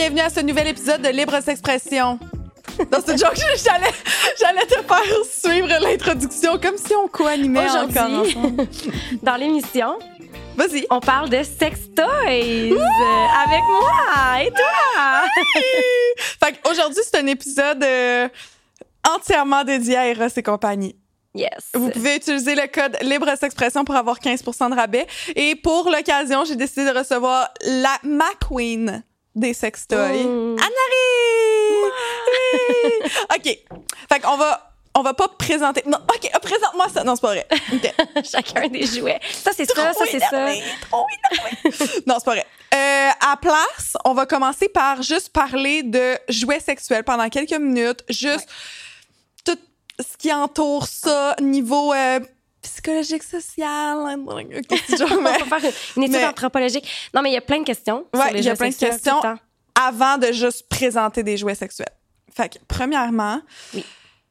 bienvenue à ce nouvel épisode de Libre S'expression. Dans ce genre, j'allais te faire suivre l'introduction comme si on co-animait encore ensemble. Dans l'émission, vas-y. On parle de sex toys avec moi et toi. Fait qu'aujourd'hui, c'est un épisode entièrement dédié à Eros et compagnie. Yes. Vous pouvez utiliser le code Libre S'expression pour avoir 15% de rabais. Et pour l'occasion, j'ai décidé de recevoir ma queen des sextoys, Anne-Marie! Oui! OK. Fait qu'on va pas présenter... Non, OK, présente-moi ça. Non, c'est pas vrai. Okay. Chacun des jouets. Ça, c'est ça, ça, c'est ça. Trop énervé. Non, c'est pas vrai. À place, on va commencer par juste parler de jouets sexuels pendant quelques minutes. Juste tout ce qui entoure ça, niveau... psychologique, social. On va faire une étude anthropologique. Non, mais il y a plein de questions. Oui, il y a plein de questions avant de juste présenter des jouets sexuels. Fait que, premièrement, oui.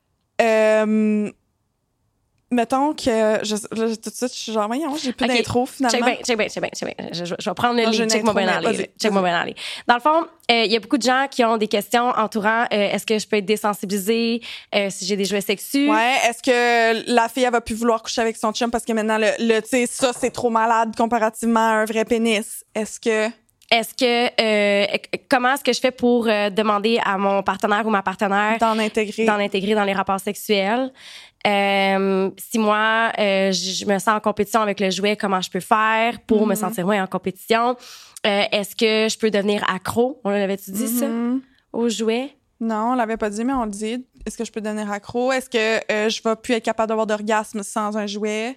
Mettons que tout de suite, je suis genre, voyons, j'ai plus d'intro finalement. Check bien. Je vais prendre le lead. Check-moi bien aller. Dans le fond, il y a beaucoup de gens qui ont des questions entourant est-ce que je peux être désensibilisée si j'ai des jouets sexus? Ouais, est-ce que la fille, elle va plus vouloir coucher avec son chum parce que maintenant, tu sais, ça, c'est trop malade comparativement à un vrai pénis? Comment est-ce que je fais pour demander à mon partenaire ou ma partenaire d'en intégrer dans les rapports sexuels? Si moi, je me sens en compétition avec le jouet, comment je peux faire pour me sentir moins en compétition? Est-ce que je peux devenir accro? On l'avait-tu dit, ça? Au jouet? Non, on l'avait pas dit, mais on le dit. Est-ce que je peux devenir accro? Est-ce que je vais plus être capable d'avoir d'orgasme sans un jouet?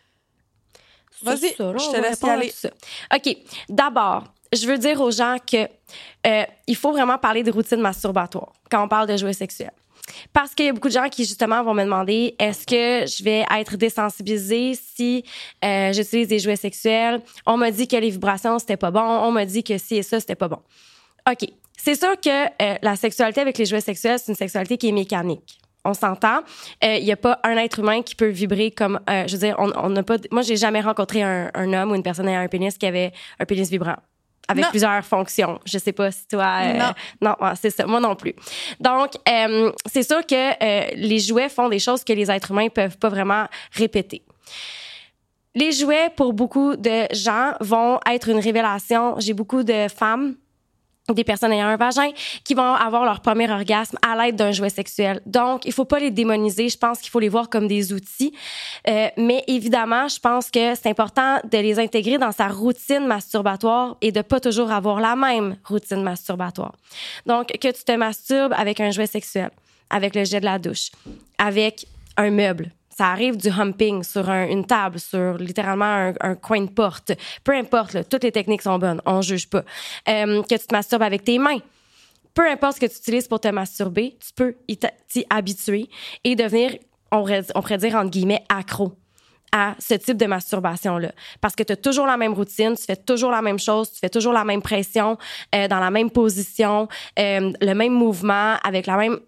Vas-y, je te laisse y aller. OK. D'abord, je veux dire aux gens que il faut vraiment parler de routine masturbatoire quand on parle de jouets sexuels. Parce qu'il y a beaucoup de gens qui, justement, vont me demander est-ce que je vais être désensibilisée si j'utilise des jouets sexuels? On m'a dit que les vibrations, c'était pas bon. On m'a dit que ci et ça, c'était pas bon. OK. C'est sûr que la sexualité avec les jouets sexuels, c'est une sexualité qui est mécanique. On s'entend. Il n'y a pas un être humain qui peut vibrer comme... je veux dire, on n'a pas... Moi, j'ai jamais rencontré un homme ou une personne ayant un pénis qui avait un pénis vibrant. Avec plusieurs fonctions. Je sais pas si toi... non, c'est ça. Moi non plus. Donc, c'est sûr que les jouets font des choses que les êtres humains peuvent pas vraiment répéter. Les jouets, pour beaucoup de gens, vont être une révélation. J'ai beaucoup de femmes, des personnes ayant un vagin, qui vont avoir leur premier orgasme à l'aide d'un jouet sexuel. Donc, il faut pas les démoniser. Je pense qu'il faut les voir comme des outils. Mais évidemment, je pense que c'est important de les intégrer dans sa routine masturbatoire et de pas toujours avoir la même routine masturbatoire. Donc, que tu te masturbes avec un jouet sexuel, avec le jet de la douche, avec un meuble. Ça arrive du humping sur une table, sur littéralement un coin de porte. Peu importe, là, toutes les techniques sont bonnes, on juge pas. Que tu te masturbes avec tes mains. Peu importe ce que tu utilises pour te masturber, tu peux t'y habituer et devenir, on pourrait dire entre guillemets, accro à ce type de masturbation-là. Parce que tu as toujours la même routine, tu fais toujours la même chose, tu fais toujours la même pression, dans la même position, le même mouvement, avec la même...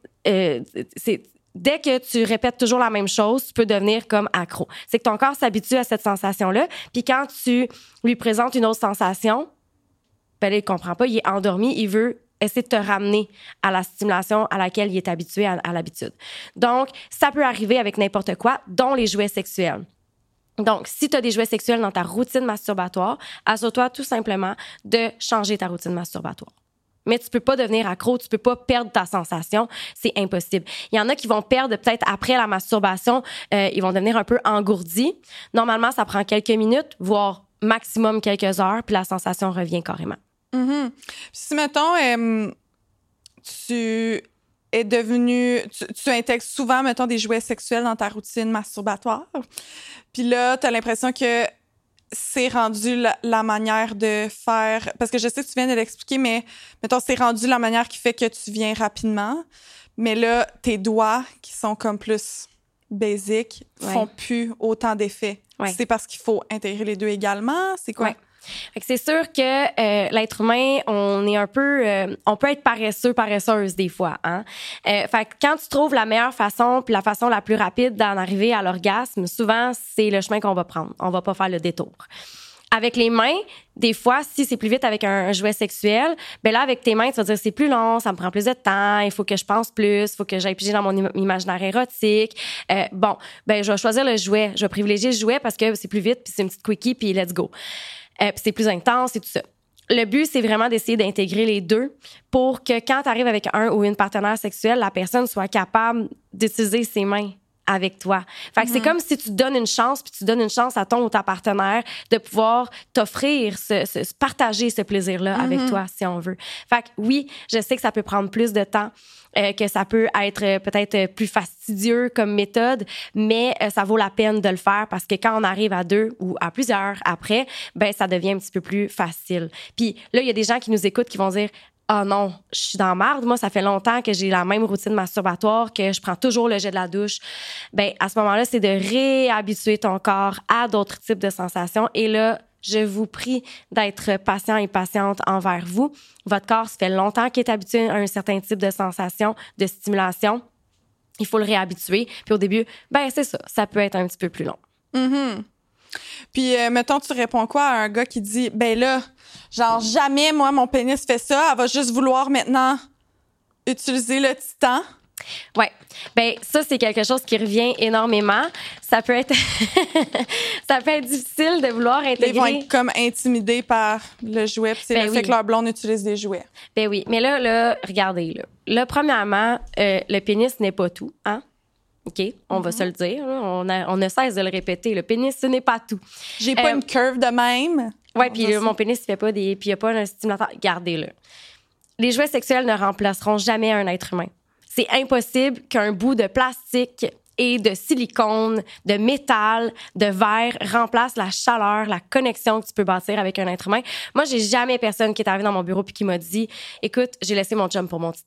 Dès que tu répètes toujours la même chose, tu peux devenir comme accro. C'est que ton corps s'habitue à cette sensation-là, puis quand tu lui présentes une autre sensation, ben là, il comprend pas, il est endormi, il veut essayer de te ramener à la stimulation à laquelle il est habitué à l'habitude. Donc, ça peut arriver avec n'importe quoi, dont les jouets sexuels. Donc, si tu as des jouets sexuels dans ta routine masturbatoire, assure-toi tout simplement de changer ta routine masturbatoire. Mais tu peux pas devenir accro, tu peux pas perdre ta sensation, c'est impossible. Il y en a qui vont perdre peut-être après la masturbation, ils vont devenir un peu engourdis. Normalement, ça prend quelques minutes, voire maximum quelques heures, puis la sensation revient carrément. Mm-hmm. Si, mettons, tu es devenu... Tu intègres souvent, mettons, des jouets sexuels dans ta routine masturbatoire, puis là, tu as l'impression que c'est rendu la manière de faire... Parce que je sais que tu viens de l'expliquer, mais mettons, c'est rendu la manière qui fait que tu viens rapidement. Mais là, tes doigts, qui sont comme plus basic, font plus autant d'effets. Ouais. C'est parce qu'il faut intégrer les deux également? C'est quoi? Ouais. Fait que c'est sûr que l'être humain, on est un peu, on peut être paresseuse des fois. Hein? Fait que quand tu trouves la meilleure façon, puis la façon la plus rapide d'en arriver à l'orgasme, souvent c'est le chemin qu'on va prendre. On va pas faire le détour. Avec les mains, des fois, si c'est plus vite avec un jouet sexuel, ben là, avec tes mains, tu vas dire c'est plus long, ça me prend plus de temps, il faut que je pense plus, il faut que j'aille piger dans mon imaginaire érotique. Bon, ben je vais choisir le jouet. Je vais privilégier le jouet parce que c'est plus vite, puis c'est une petite quickie, puis let's go. Puis c'est plus intense et tout ça. Le but, c'est vraiment d'essayer d'intégrer les deux pour que quand tu arrives avec un ou une partenaire sexuelle, la personne soit capable d'utiliser ses mains avec toi. Fait que c'est comme si tu donnes une chance, puis tu donnes une chance à ton ou ta partenaire de pouvoir t'offrir, partager ce plaisir-là avec toi, si on veut. Fait que oui, je sais que ça peut prendre plus de temps, que ça peut être peut-être plus fastidieux comme méthode, mais ça vaut la peine de le faire parce que quand on arrive à 2 ou à plusieurs après, ben ça devient un petit peu plus facile. Puis là, il y a des gens qui nous écoutent qui vont dire ah non, je suis dans la marde. Moi, ça fait longtemps que j'ai la même routine masturbatoire, que je prends toujours le jet de la douche. Ben, à ce moment-là, c'est de réhabituer ton corps à d'autres types de sensations. Et là, je vous prie d'être patient et patiente envers vous. Votre corps, ça fait longtemps qu'il est habitué à un certain type de sensation, de stimulation. Il faut le réhabituer. Puis au début, ben c'est ça. Ça peut être un petit peu plus long. Mm-hmm. Puis, mettons, tu réponds quoi à un gars qui dit, ben là, genre, jamais, moi, mon pénis fait ça. Elle va juste vouloir maintenant utiliser le titan. Ouais. Ben ça, c'est quelque chose qui revient énormément. Ça peut être ça peut être difficile de vouloir intégrer. Ils vont être comme intimidés par le jouet. Puis c'est le fait que leur blonde utilise des jouets. Ben oui. Mais là, regardez, là. Là, premièrement, le pénis n'est pas tout, hein? OK, on va se le dire. On ne cesse de le répéter. Le pénis, ce n'est pas tout. J'ai pas une curve de même. Oui, puis mon pénis, il fait pas des... Puis il n'y a pas un stimulateur. Gardez-le. Les jouets sexuels ne remplaceront jamais un être humain. C'est impossible qu'un bout de plastique et de silicone, de métal, de verre remplace la chaleur, la connexion que tu peux bâtir avec un être humain. Moi, j'ai jamais personne qui est arrivé dans mon bureau puis qui m'a dit « Écoute, j'ai laissé mon chum pour mon titan. »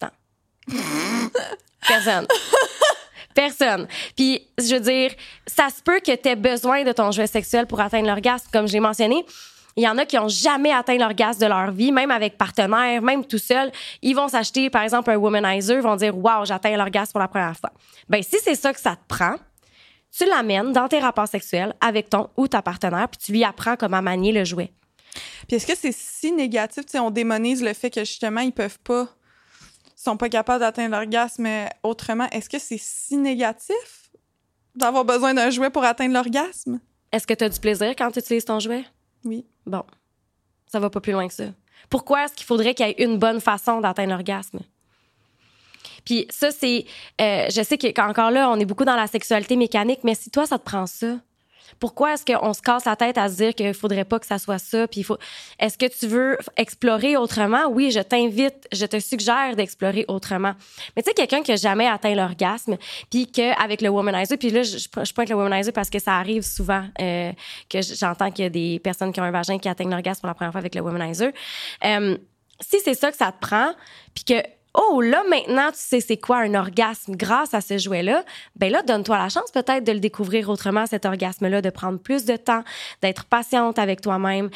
Personne. Personne. Puis, je veux dire, ça se peut que tu aies besoin de ton jouet sexuel pour atteindre l'orgasme, comme j'ai mentionné. Il y en a qui n'ont jamais atteint l'orgasme de leur vie, même avec partenaire, même tout seul. Ils vont s'acheter, par exemple, un womanizer, vont dire « Wow, j'atteins l'orgasme pour la première fois. » Ben si c'est ça que ça te prend, tu l'amènes dans tes rapports sexuels avec ton ou ta partenaire, puis tu lui apprends comment manier le jouet. Puis est-ce que c'est si négatif? T'sais, on démonise le fait que, justement, ils sont pas capables d'atteindre l'orgasme autrement. Est-ce que c'est si négatif d'avoir besoin d'un jouet pour atteindre l'orgasme? Est-ce que tu as du plaisir quand tu utilises ton jouet? Oui. Bon, ça va pas plus loin que ça. Pourquoi est-ce qu'il faudrait qu'il y ait une bonne façon d'atteindre l'orgasme? Puis ça, c'est... je sais qu'encore là, on est beaucoup dans la sexualité mécanique, mais si toi, ça te prend ça, pourquoi est-ce qu'on se casse la tête à se dire qu'il faudrait pas que ça soit ça? Puis est-ce que tu veux explorer autrement? Oui, je t'invite, je te suggère d'explorer autrement. Mais tu sais, quelqu'un qui a jamais atteint l'orgasme, puis qu'avec le womanizer, puis là, je pointe le womanizer parce que ça arrive souvent que j'entends qu'il y a des personnes qui ont un vagin qui atteignent l'orgasme pour la première fois avec le womanizer. Si c'est ça que ça te prend, puis que oh, là, maintenant, tu sais c'est quoi un orgasme grâce à ce jouet-là, ben là, donne-toi la chance peut-être de le découvrir autrement, cet orgasme-là, de prendre plus de temps, d'être patiente avec toi-même,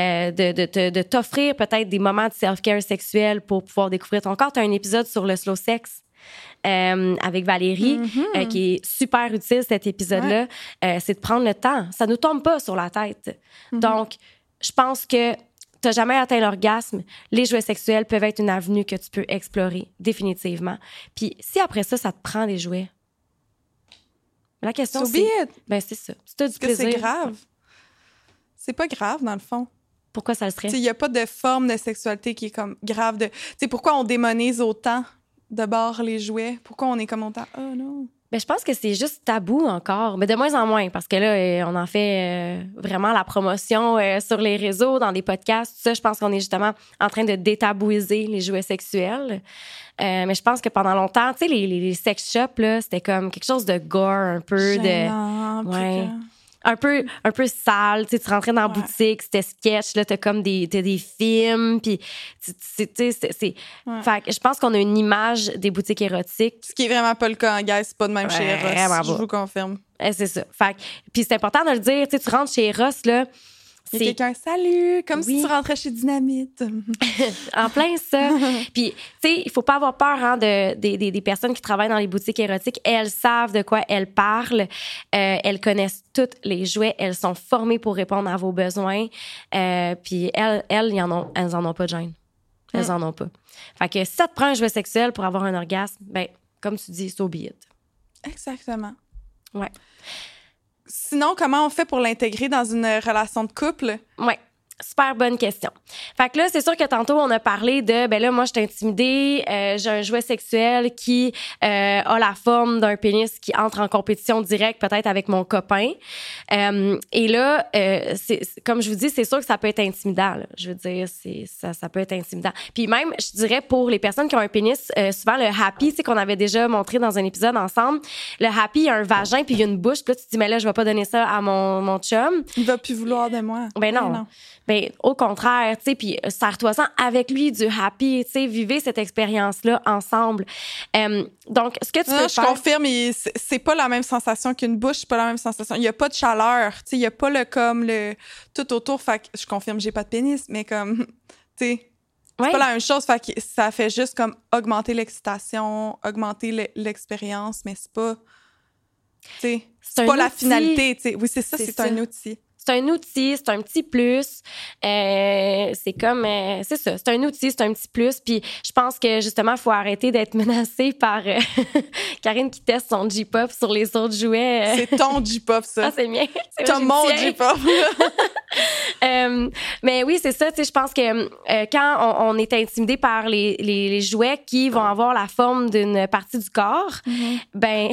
de t'offrir peut-être des moments de self-care sexuel pour pouvoir découvrir ton corps. Tu as un épisode sur le slow sex avec Valérie, qui est super utile, cet épisode-là. Ouais. C'est de prendre le temps. Ça nous tombe pas sur la tête. Donc, je pense que t'as jamais atteint l'orgasme, les jouets sexuels peuvent être une avenue que tu peux explorer, définitivement. Puis si après ça, ça te prend des jouets, la question c'est... Ben c'est ça. Si t'as du plaisir... c'est grave. C'est pas grave, dans le fond. Pourquoi ça le serait? Il n'y a pas de forme de sexualité qui est comme grave. Pourquoi on démonise autant de bord les jouets? Pourquoi on est comme autant... Oh non... Ben, je pense que c'est juste tabou encore, mais de moins en moins, parce que là, on en fait vraiment la promotion sur les réseaux, dans des podcasts, tout ça. Je pense qu'on est justement en train de détabouiser les jouets sexuels. Mais je pense que pendant longtemps, tu sais, les sex shops, là, c'était comme quelque chose de gore, un peu gênant, de... Ouais. Un peu sale, tu sais, tu rentrais dans la boutique, c'était sketch, là, t'as des films, puis tu sais, c'est... Ouais. Fait que je pense qu'on a une image des boutiques érotiques. Ce qui est vraiment pas le cas en Guys, c'est pas de même chez Eros, je vous confirme. C'est ça. Fait que, puis c'est important de le dire, tu sais, tu rentres chez Eros, là, Il y a quelqu'un, salut, comme si tu rentrais chez Dynamite. En plein ça. Puis, tu sais, il faut pas avoir peur hein, des personnes qui travaillent dans les boutiques érotiques. Elles savent de quoi elles parlent. Elles connaissent tous les jouets. Elles sont formées pour répondre à vos besoins. Puis, elles en ont pas de gêne. Elles en ont pas. Fait que si ça te prend un jouet sexuel pour avoir un orgasme, ben, comme tu dis, so be it. Exactement. Ouais. Sinon, comment on fait pour l'intégrer dans une relation de couple? Ouais. Super bonne question. Fait que là, c'est sûr que tantôt, on a parlé de, ben là, moi, je suis intimidée, j'ai un jouet sexuel qui a la forme d'un pénis qui entre en compétition directe, peut-être avec mon copain. Et là, comme je vous dis, c'est sûr que ça peut être intimidant. Là. Je veux dire, ça peut être intimidant. Puis même, je dirais, pour les personnes qui ont un pénis, souvent, le happy, tu sais, qu'on avait déjà montré dans un épisode ensemble, le happy, il y a un vagin puis il y a une bouche. Puis là, tu te dis, mais là, je vais pas donner ça à mon chum. Il va plus vouloir de moi. Ben non. Ben, au contraire, tu sais, puis serre-toi-en avec lui du happy, tu sais, vivez cette expérience-là ensemble. Donc, ce que tu peux faire... Je confirme, c'est pas la même sensation qu'une bouche, c'est pas la même sensation. Il y a pas de chaleur, tu sais, il y a pas le tout autour, fait que je confirme, j'ai pas de pénis, mais comme, tu sais, c'est pas la même chose, fait que ça fait juste comme augmenter l'excitation, augmenter l'expérience, mais c'est pas, tu sais, c'est pas la finalité, tu sais. Oui, c'est ça, c'est un outil. C'est un outil, c'est un petit plus. C'est comme... c'est ça, c'est un outil, c'est un petit plus. Puis je pense que, justement, il faut arrêter d'être menacé par Karine qui teste son J-pop sur les autres jouets. C'est ton J-pop, ça. Ah, c'est mien. T'as mon J-pop. Mais oui, c'est ça. Tu sais, je pense que quand on est intimidé par les jouets qui vont avoir la forme d'une partie du corps, ben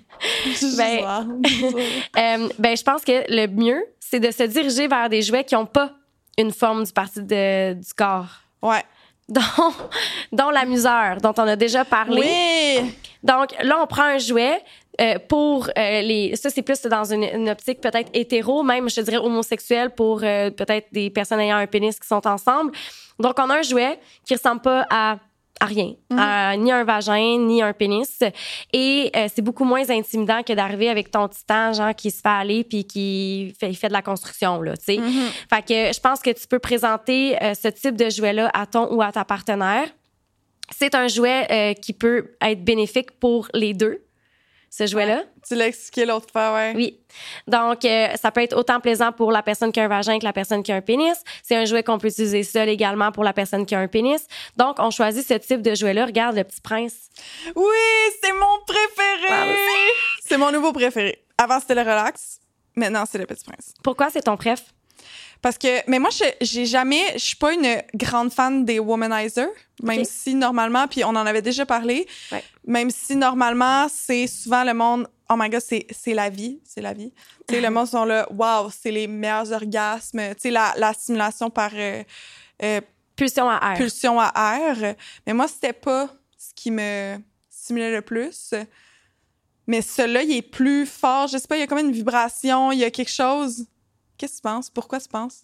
je pense que le mieux, c'est de se diriger vers des jouets qui n'ont pas une forme du partie du corps. Ouais. Dont l'amuseur, dont on a déjà parlé. Oui! Donc, là, on prend un jouet pour ça, c'est plus dans une optique peut-être hétéro, même, je te dirais, homosexuelle pour peut-être des personnes ayant un pénis qui sont ensemble. Donc, on a un jouet qui ressemble pas à rien, ni un vagin, ni un pénis. Et c'est beaucoup moins intimidant que d'arriver avec ton titan, genre, qui se fait aller puis qui fait de la construction, là, tu sais. Fait que je pense que tu peux présenter ce type de jouet-là à ton ou à ta partenaire. C'est un jouet qui peut être bénéfique pour les deux, ce jouet-là. Ouais, tu l'as expliqué l'autre fois, ouais. Oui. Donc, ça peut être autant plaisant pour la personne qui a un vagin que la personne qui a un pénis. C'est un jouet qu'on peut utiliser seul également pour la personne qui a un pénis. Donc, on choisit ce type de jouet-là. Regarde, le Petit Prince. Oui, c'est mon préféré! Wow. C'est mon nouveau préféré. Avant, c'était le Relax. Maintenant, c'est le Petit Prince. Pourquoi c'est ton préf? Parce que, mais moi, je suis pas une grande fan des womanizers, même si normalement, puis on en avait déjà parlé, même si normalement, c'est souvent le monde, oh my God, c'est la vie, c'est la vie. Tu sais, le monde sont là, wow, c'est les meilleurs orgasmes, tu sais, la stimulation par pulsion à air. Pulsion à air. Mais moi, c'était pas ce qui me stimulait le plus. Mais celui-là, il est plus fort. Je sais pas, il y a comme une vibration, il y a quelque chose. Qu'est-ce que tu penses? Pourquoi tu penses?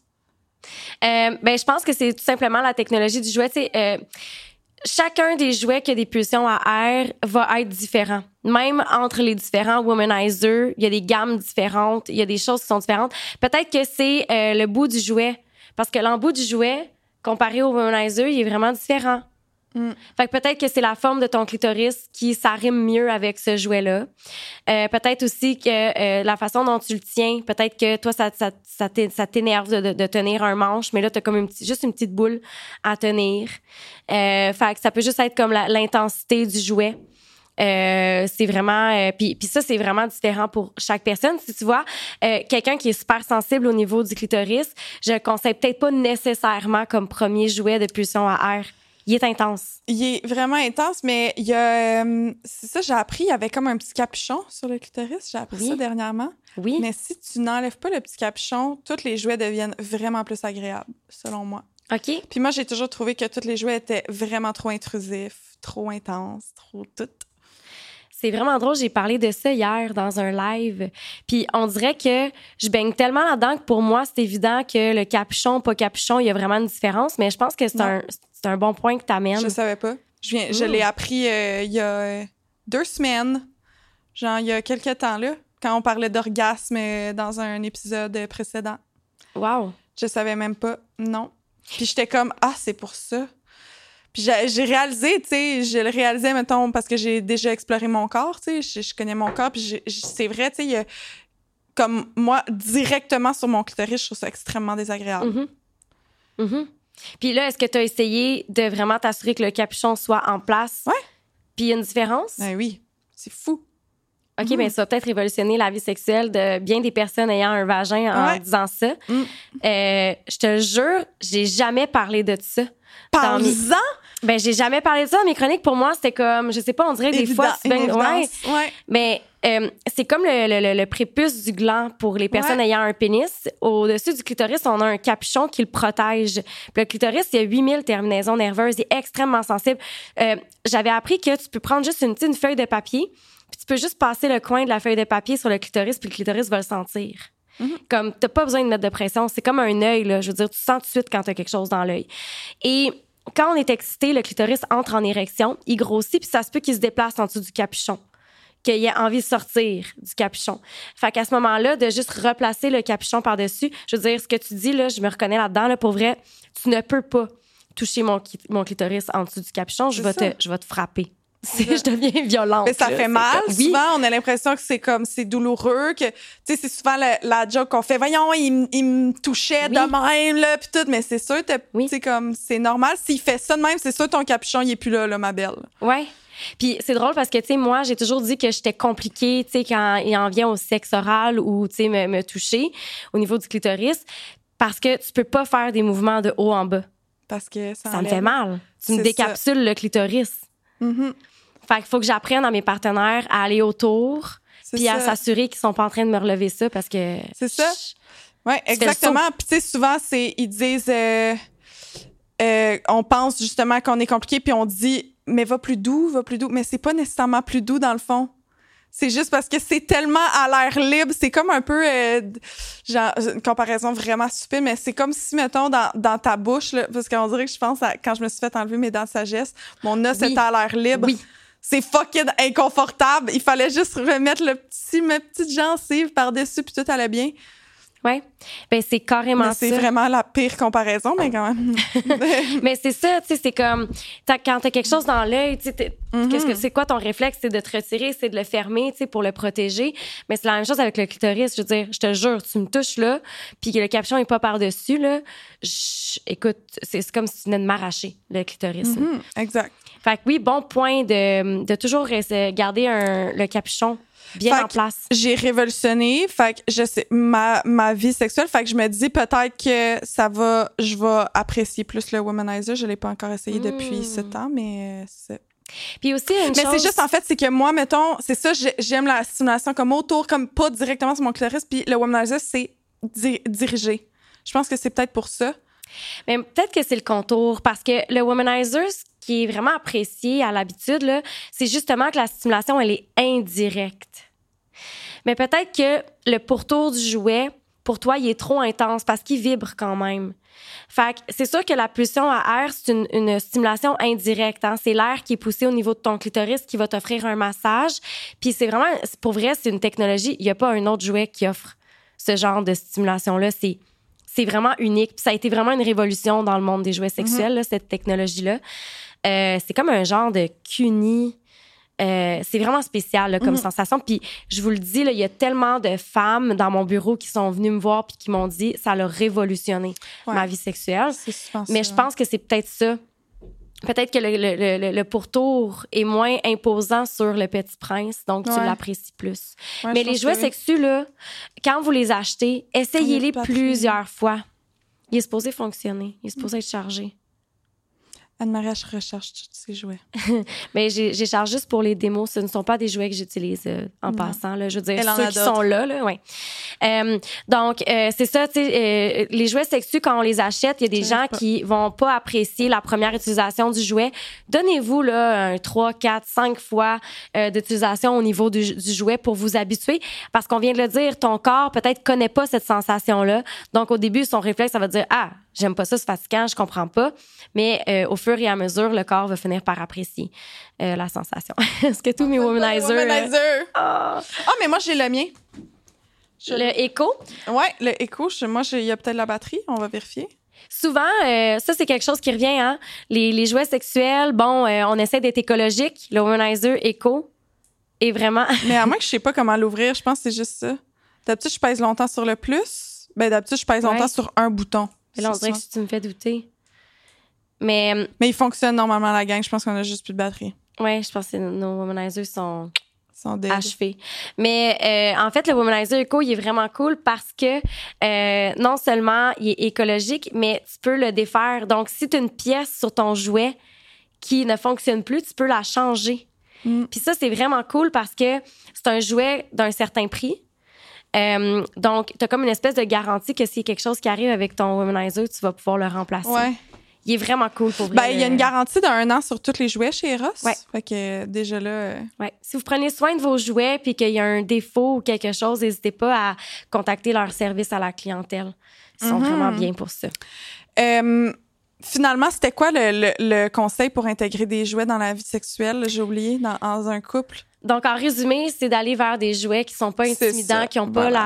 Je pense que c'est tout simplement la technologie du jouet. Chacun des jouets qui a des pulsions à air va être différent. Même entre les différents womanizers, il y a des gammes différentes, il y a des choses qui sont différentes. Peut-être que c'est le bout du jouet. Parce que l'embout du jouet, comparé au womanizer, il est vraiment différent. Fait que peut-être que c'est la forme de ton clitoris qui s'arrime mieux avec ce jouet-là. Peut-être aussi que la façon dont tu le tiens, peut-être que toi, ça t'énerve de tenir un manche, mais là, t'as comme juste une petite boule à tenir. Fait que ça peut juste être comme l'intensité du jouet. C'est vraiment... Puis ça, c'est vraiment différent pour chaque personne. Si tu vois, quelqu'un qui est super sensible au niveau du clitoris, je le conseille peut-être pas nécessairement comme premier jouet de pulsion à air. Il est intense. Il est vraiment intense, mais il y a... c'est ça, j'ai appris, il y avait comme un petit capuchon sur le clitoris. J'ai appris ça dernièrement. Oui. Mais si tu n'enlèves pas le petit capuchon, tous les jouets deviennent vraiment plus agréables, selon moi. OK. Puis moi, j'ai toujours trouvé que tous les jouets étaient vraiment trop intrusifs, trop intenses, trop tout. C'est vraiment drôle, j'ai parlé de ça hier dans un live. Puis on dirait que je baigne tellement là-dedans que pour moi, c'est évident que le capuchon, pas capuchon, il y a vraiment une différence. Mais je pense que c'est un bon point que tu amènes. Je savais pas. Je l'ai appris il y a 2 semaines, genre il y a quelques temps, là, quand on parlait d'orgasme dans un épisode précédent. Wow! Je savais même pas, non. Puis j'étais comme, ah, c'est pour ça. Puis j'ai réalisé, tu sais, je le réalisais, mettons, parce que j'ai déjà exploré mon corps, tu sais, je connais mon corps, puis c'est vrai, tu sais, il y a, comme moi, directement sur mon clitoris, je trouve ça extrêmement désagréable. Puis là, est-ce que tu as essayé de vraiment t'assurer que le capuchon soit en place? Ouais. Puis il y a une différence? Ben oui, c'est fou. OK, bien, ça va peut-être révolutionner la vie sexuelle de bien des personnes ayant un vagin en disant ça. Je te jure, j'ai jamais parlé de ça. Parle-en! Ben, j'ai jamais parlé de ça dans mes chroniques. Pour moi, c'était comme, je sais pas, on dirait des fois... Mais c'est comme le prépuce du gland pour les personnes ayant un pénis. Au-dessus du clitoris, on a un capuchon qui le protège. Puis le clitoris, il y a 8000 terminaisons nerveuses. Il est extrêmement sensible. J'avais appris que tu peux prendre juste une feuille de papier, puis tu peux juste passer le coin de la feuille de papier sur le clitoris, puis le clitoris va le sentir. Comme, t'as pas besoin de mettre de pression. C'est comme un œil, là. Je veux dire, tu sens tout de suite quand t'as quelque chose dans l'œil. Et quand on est excité, le clitoris entre en érection, il grossit, puis ça se peut qu'il se déplace en dessous du capuchon, qu'il ait envie de sortir du capuchon. Fait qu'à ce moment-là, de juste replacer le capuchon par-dessus, je veux dire, ce que tu dis, là, je me reconnais là-dedans, là, pour vrai, tu ne peux pas toucher mon clitoris en dessous du capuchon, je vais te frapper. Je deviens violente. Mais ça fait mal. Oui. Souvent, on a l'impression que c'est douloureux, que, tu sais, c'est souvent la joke qu'on fait. Voyons, il me touchait de même, là, pis tout. Mais c'est sûr, c'est comme, c'est normal. S'il fait ça de même, c'est sûr, ton capuchon, il est plus là, ma belle. Ouais. Puis c'est drôle parce que, tu sais, moi, j'ai toujours dit que j'étais compliquée, tu sais, quand il en vient au sexe oral ou, tu sais, me toucher au niveau du clitoris, parce que tu peux pas faire des mouvements de haut en bas. Parce que ça me fait mal. Tu me décapsules le clitoris. Fait qu'il faut que j'apprenne à mes partenaires à aller autour puis à s'assurer qu'ils sont pas en train de me relever ça parce que... C'est ça. Oui, exactement. Puis tu sais, souvent, ils disent... on pense justement qu'on est compliqué puis on dit « Mais va plus doux. » Mais c'est pas nécessairement plus doux dans le fond. C'est juste parce que c'est tellement à l'air libre. C'est comme un peu... genre, une comparaison vraiment stupide, mais c'est comme si, mettons, dans ta bouche, là, parce qu'on dirait que je pense à quand je me suis fait enlever mes dents de sagesse, mon os était à l'air libre. Oui. C'est fucking inconfortable. Il fallait juste remettre ma petite gencive par-dessus puis tout allait bien. Oui. Ben c'est carrément ça. C'est vraiment la pire comparaison, mais quand même. Mais c'est ça, tu sais, c'est comme quand t'as quelque chose dans l'œil, tu sais, c'est quoi ton réflexe? C'est de te retirer, c'est de le fermer, tu sais, pour le protéger. Mais c'est la même chose avec le clitoris. Je veux dire, je te jure, tu me touches là, puis que le capuchon est pas par-dessus, là, écoute, c'est comme si tu venais de m'arracher le clitoris. Exact. Fait que oui, bon point de toujours garder le capuchon bien en place. J'ai révolutionné, fait que je sais ma vie sexuelle, fait que je me dis peut-être que je vais apprécier plus le womanizer. Je l'ai pas encore essayé depuis 7 ans, mais c'est... Puis aussi une chose... Mais c'est juste en fait, c'est que moi, mettons, c'est ça, j'aime la stimulation comme autour, comme pas directement sur mon clitoris, puis le womanizer, c'est dirigé. Je pense que c'est peut-être pour ça. Mais peut-être que c'est le contour, parce que le womanizer, ce qui est vraiment apprécié à l'habitude, là, c'est justement que la stimulation, elle est indirecte. Mais peut-être que le pourtour du jouet, pour toi, il est trop intense parce qu'il vibre quand même. Fait que c'est sûr que la pulsion à air, c'est une stimulation indirecte. Hein? C'est l'air qui est poussé au niveau de ton clitoris qui va t'offrir un massage. Puis c'est vraiment, pour vrai, c'est une technologie. Il n'y a pas un autre jouet qui offre ce genre de stimulation-là. C'est vraiment unique. Puis ça a été vraiment une révolution dans le monde des jouets sexuels, là, cette technologie-là. C'est comme un genre de cuni. C'est vraiment spécial là, comme sensation. Puis je vous le dis, il y a tellement de femmes dans mon bureau qui sont venues me voir puis qui m'ont dit ça a révolutionné ma vie sexuelle. Mais je pense que c'est peut-être ça. Peut-être que le pourtour est moins imposant sur le Petit Prince, donc tu l'apprécies plus. Ouais, mais les jouets sexuels, là, quand vous les achetez, essayez-les plusieurs fois. Il est supposé fonctionner. Il est supposé être chargé. Anne-Marie, je recherche tous ces jouets. Mais j'ai chargé juste pour les démos. Ce ne sont pas des jouets que j'utilise en passant. Là, je veux dire, ceux qui sont là. Ouais. Donc, c'est ça, tu sais, les jouets sexuels, quand on les achète, il y a des gens qui vont pas apprécier la première utilisation du jouet. Donnez-vous là 3, 4, 5 fois d'utilisation au niveau du jouet pour vous habituer. Parce qu'on vient de le dire, ton corps peut-être connaît pas cette sensation-là. Donc, au début, son réflexe, ça va dire « Ah, j'aime pas ça, c'est fatigant, je comprends pas. » Mais au fur et à mesure, le corps va finir par apprécier la sensation. Est-ce que tous mes womanizers... Ah, mais moi, j'ai le mien. Le Echo. Ouais, le Echo. Il y a peut-être la batterie. On va vérifier. Souvent, ça, c'est quelque chose qui revient, hein? Les jouets sexuels, bon, on essaie d'être écologique. Le Womanizer Echo est vraiment... Mais à moins que je sais pas comment l'ouvrir, je pense que c'est juste ça. D'habitude, je pèse longtemps sur le plus. Ben, d'habitude, je pèse longtemps sur un bouton. Mais là, on dirait que tu me fais douter. Mais il fonctionne normalement, la gang. Je pense qu'on a juste plus de batterie. Oui, je pense que nos Womanizers sont achevés. Mais en fait, le Womanizer Echo, il est vraiment cool parce que non seulement il est écologique, mais tu peux le défaire. Donc, si tu as une pièce sur ton jouet qui ne fonctionne plus, tu peux la changer. Puis ça, c'est vraiment cool parce que c'est un jouet d'un certain prix. Donc, tu as comme une espèce de garantie que s'il y a quelque chose qui arrive avec ton Womanizer, tu vas pouvoir le remplacer. Ouais. Il est vraiment cool pour vrai. Ben, il y a une garantie d'1 an sur tous les jouets chez Eros. Ouais. Fait que déjà là... Ouais. Si vous prenez soin de vos jouets puis qu'il y a un défaut ou quelque chose, n'hésitez pas à contacter leur service à la clientèle. Ils sont vraiment bien pour ça. Finalement, c'était quoi le conseil pour intégrer des jouets dans la vie sexuelle? J'ai oublié, dans un couple. Donc, en résumé, c'est d'aller vers des jouets qui sont pas intimidants, qui ont pas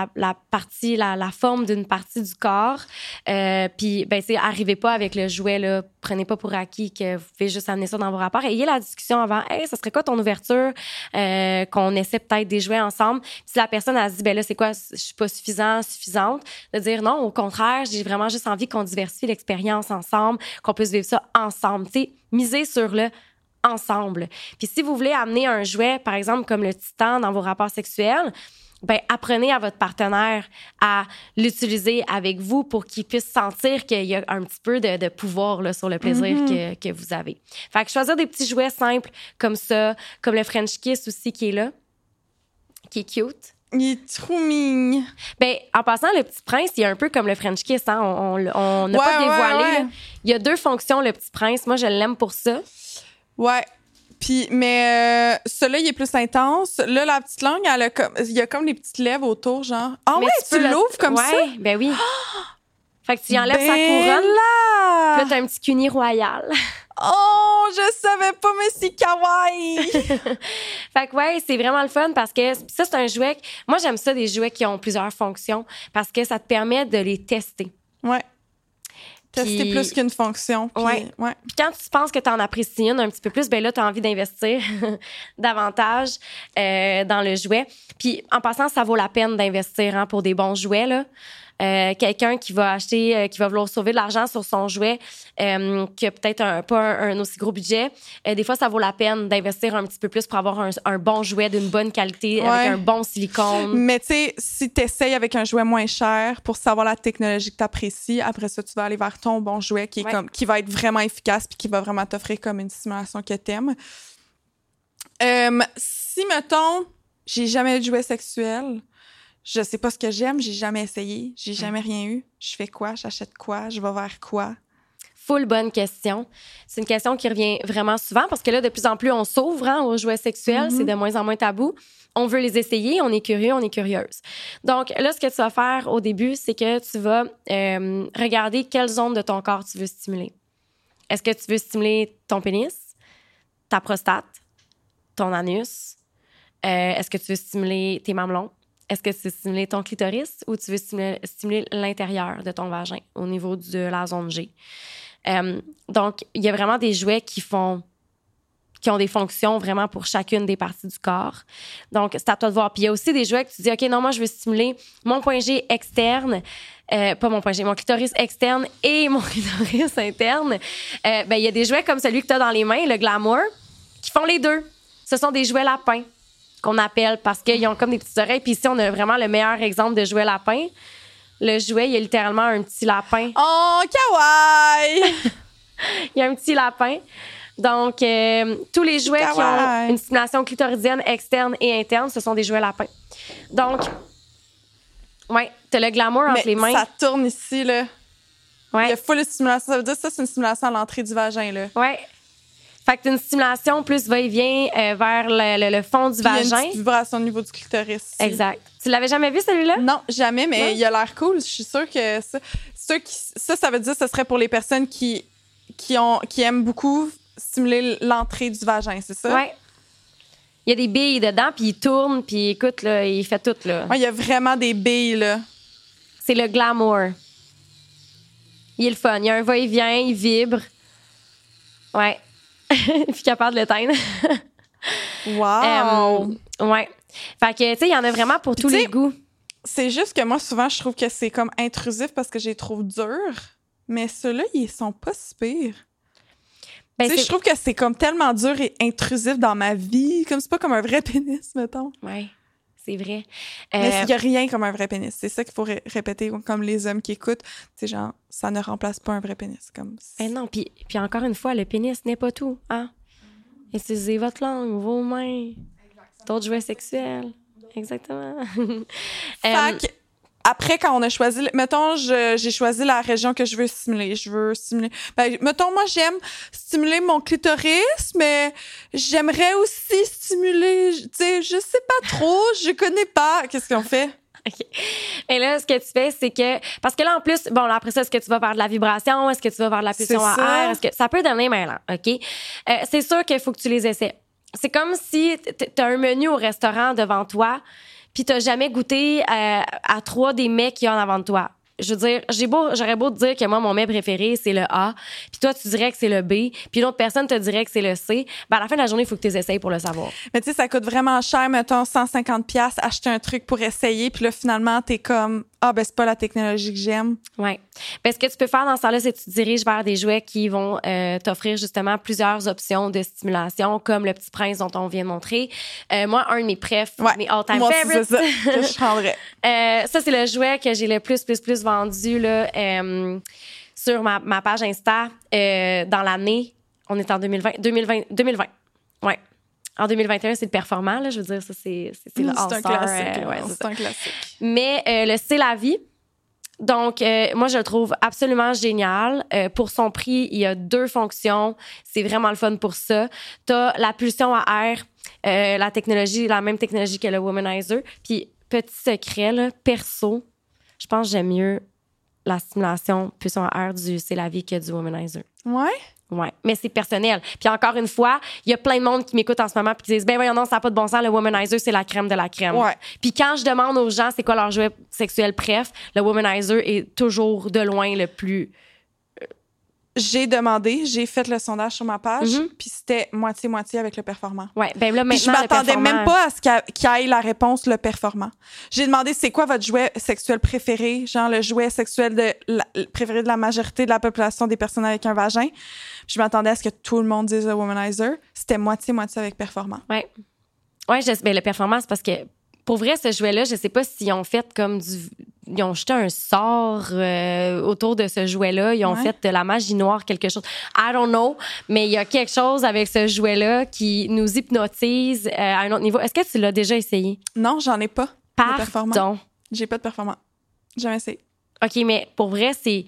la forme d'une partie du corps. Puis, ben, arrivez pas avec le jouet, là. Prenez pas pour acquis que vous pouvez juste amener ça dans vos rapports. Ayez la discussion avant. Hey, ça serait quoi ton ouverture? Qu'on essaie peut-être des jouets ensemble. Puis si la personne, elle se dit, ben là, c'est quoi? Je suis pas suffisante. De dire non, au contraire, j'ai vraiment juste envie qu'on diversifie l'expérience ensemble, qu'on puisse vivre ça ensemble. Tu sais, miser sur le ensemble. Puis si vous voulez amener un jouet, par exemple, comme le Titan dans vos rapports sexuels, ben apprenez à votre partenaire à l'utiliser avec vous pour qu'il puisse sentir qu'il y a un petit peu de pouvoir là, sur le plaisir que vous avez. Fait que choisir des petits jouets simples comme ça, comme le French Kiss aussi qui est là, qui est cute. Il est trop mignon. Ben, en passant, le Petit Prince, il est un peu comme le French Kiss. Hein? On n'a pas dévoilé. Ouais. Là. Il y a 2 fonctions, le Petit Prince. Moi, je l'aime pour ça. Ouais. Puis, mais celui-là, il est plus intense. Là, la petite langue, il y a comme des petites lèvres autour, genre. Ah mais ouais, tu l'ouvres comme ça? Ouais, ben oui. Fait que tu y enlèves sa couronne. Là! Puis là, t'as un petit cuni royal. Oh, je savais pas, mais c'est kawaii! Fait que ouais, c'est vraiment le fun parce que ça, c'est un jouet... Moi, j'aime ça, des jouets qui ont plusieurs fonctions parce que ça te permet de les tester. Ouais. Tester plus qu'une fonction. Puis, ouais. Puis quand tu penses que tu en apprécies une un petit peu plus, ben là, tu as envie d'investir davantage dans le jouet. Puis en passant, ça vaut la peine d'investir hein, pour des bons jouets, là. Quelqu'un qui va acheter, qui va vouloir sauver de l'argent sur son jouet, qui a peut-être pas un aussi gros budget, des fois, ça vaut la peine d'investir un petit peu plus pour avoir un bon jouet d'une bonne qualité, avec un bon silicone. Mais tu sais, si tu essayes avec un jouet moins cher pour savoir la technologie que tu apprécies, après ça, tu vas aller vers ton bon jouet qui est qui va être vraiment efficace puis qui va vraiment t'offrir comme une stimulation que t'aimes. Si, mettons, j'ai jamais eu de jouet sexuel, je sais pas ce que j'aime, j'ai jamais essayé, j'ai jamais rien eu. Je fais quoi? J'achète quoi? Je vais vers quoi? Full bonne question. C'est une question qui revient vraiment souvent parce que là, de plus en plus, on s'ouvre hein, aux jouets sexuels. C'est de moins en moins tabou. On veut les essayer, on est curieux, on est curieuse. Donc là, ce que tu vas faire au début, c'est que tu vas regarder quelle zone de ton corps tu veux stimuler. Est-ce que tu veux stimuler ton pénis, ta prostate, ton anus? Est-ce que tu veux stimuler tes mamelons? Est-ce que tu veux stimuler ton clitoris ou tu veux stimuler l'intérieur de ton vagin au niveau de la zone G? Donc, il y a vraiment des jouets qui ont des fonctions vraiment pour chacune des parties du corps. Donc, c'est à toi de voir. Puis, il y a aussi des jouets que tu dis, OK, non, moi, je veux stimuler mon point G externe, pas mon point G, mon clitoris externe et mon clitoris interne. Ben, il y a des jouets comme celui que tu as dans les mains, le Glamour, qui font les deux. Ce sont des jouets lapins qu'on appelle parce qu'ils ont comme des petites oreilles. Puis ici, on a vraiment le meilleur exemple de jouet lapin. Le jouet, il y a littéralement un petit lapin. Oh, kawaii! Il y a un petit lapin. Donc, tous les jouets qui ont une stimulation clitoridienne externe et interne, ce sont des jouets lapins. Donc, ouais, t'as le Glamour entre les mains. Ça tourne ici, là. Ouais. Il y a full stimulation. Ça veut dire que ça, c'est une stimulation à l'entrée du vagin, là. Ouais. Fait que t'as une stimulation plus va-et-vient vers le fond du vagin. Il y a une petite vibration au niveau du clitoris. Ici. Exact. Tu l'avais jamais vu, celui-là? Non, jamais, mais il a l'air cool. Je suis sûre que ça veut dire que ce serait pour les personnes qui aiment beaucoup stimuler l'entrée du vagin, c'est ça? Oui. Il y a des billes dedans, puis il tourne, puis écoute, là, il fait tout, là. Ouais, il y a vraiment des billes, là. C'est le glamour. Il est le fun. Il y a un va-et-vient, il vibre. Ouais. Puis capable de l'éteindre. Wow! Ouais. Fait que, tu sais, il y en a vraiment pour tous les goûts. C'est juste que moi, souvent, je trouve que c'est comme intrusif parce que je les trouve durs. Mais ceux-là, ils sont pas si pires. Ben, tu sais, je trouve que c'est comme tellement dur et intrusif dans ma vie. Comme c'est pas comme un vrai pénis, mettons. Ouais, c'est vrai. Mais il y a rien comme un vrai pénis. C'est ça qu'il faut répéter, comme les hommes qui écoutent. Tu sais, genre, ça ne remplace pas un vrai pénis. Comme... Ben non, puis encore une fois, le pénis n'est pas tout, hein? Utilisez votre langue, vos mains, d'autres jouets sexuels. Exactement. Fait que, après, quand on a choisi... Mettons, j'ai choisi la région que je veux stimuler. Je veux stimuler... Ben, mettons, moi, j'aime stimuler mon clitoris, mais j'aimerais aussi stimuler... Tu sais, je sais pas trop, je connais pas. Qu'est-ce qu'on fait? OK. Et là, ce que tu fais, c'est que... Parce que là, en plus, bon, là, après ça, est-ce que tu vas faire de la vibration? Est-ce que tu vas faire de la pulsion à air? Est-ce que... Ça peut donner mêlant, OK? C'est sûr qu'il faut que tu les essaies. C'est comme si t'as un menu au restaurant devant toi, puis t'as jamais goûté à 3 des mets qu'il y a en avant de toi. Je veux dire, j'aurais beau te dire que moi, mon mets préféré, c'est le A, puis toi, tu dirais que c'est le B, puis l'autre personne te dirait que c'est le C. Ben, à la fin de la journée, il faut que tu les essayes pour le savoir. Mais tu sais, ça coûte vraiment cher, mettons, 150$ acheter un truc pour essayer, puis là, finalement, t'es comme, ben, c'est pas la technologie que j'aime. Ouais. Ben, ce que tu peux faire dans ce temps-là, c'est que tu te diriges vers des jouets qui vont t'offrir justement plusieurs options de stimulation, comme le Petit Prince dont on vient de montrer. Moi, un de mes préfs, mes all-time favorites. C'est ça que je prendrais. Ça, c'est le jouet que j'ai le plus vendu là, sur ma page Insta dans l'année. On est en 2020. Ouais. En 2021, c'est le performant, là. Je veux dire, ça, c'est le All-Star. C'est un classique. C'est un classique. Mais le C'est la vie. Donc, moi, je le trouve absolument génial. Pour son prix, il y a 2 fonctions. C'est vraiment le fun pour ça. T'as la pulsion à air, la même technologie que le Womanizer. Puis, petit secret, là, perso, je pense que j'aime mieux la stimulation pulsion à air du C'est la vie que du Womanizer. Ouais? Ouais, mais c'est personnel. Puis encore une fois, il y a plein de monde qui m'écoute en ce moment puis qui disent ben voyons non, ça n'a pas de bon sens, le Womanizer c'est la crème de la crème. Ouais. Puis quand je demande aux gens c'est quoi leur jouet sexuel préf, le Womanizer est toujours de loin le plus. J'ai fait le sondage sur ma page, puis c'était moitié-moitié avec le performant. Ouais, ben là maintenant je m'attendais même pas à ce qu'il y ait la réponse le performant. J'ai demandé c'est quoi votre jouet sexuel préféré, genre le jouet sexuel préféré de la majorité de la population des personnes avec un vagin. Je m'attendais à ce que tout le monde dise le Womanizer. C'était moitié-moitié avec performant. Ouais. Ouais, ben le performant c'est parce que pour vrai, ce jouet-là, je sais pas s'ils ont fait comme ils ont jeté un sort autour de ce jouet-là. Ils ont fait de la magie noire, quelque chose. I don't know. Mais il y a quelque chose avec ce jouet-là qui nous hypnotise à un autre niveau. Est-ce que tu l'as déjà essayé? Non, j'en ai pas. Pardon. J'ai pas de performant. Jamais essayé. OK, mais pour vrai, c'est...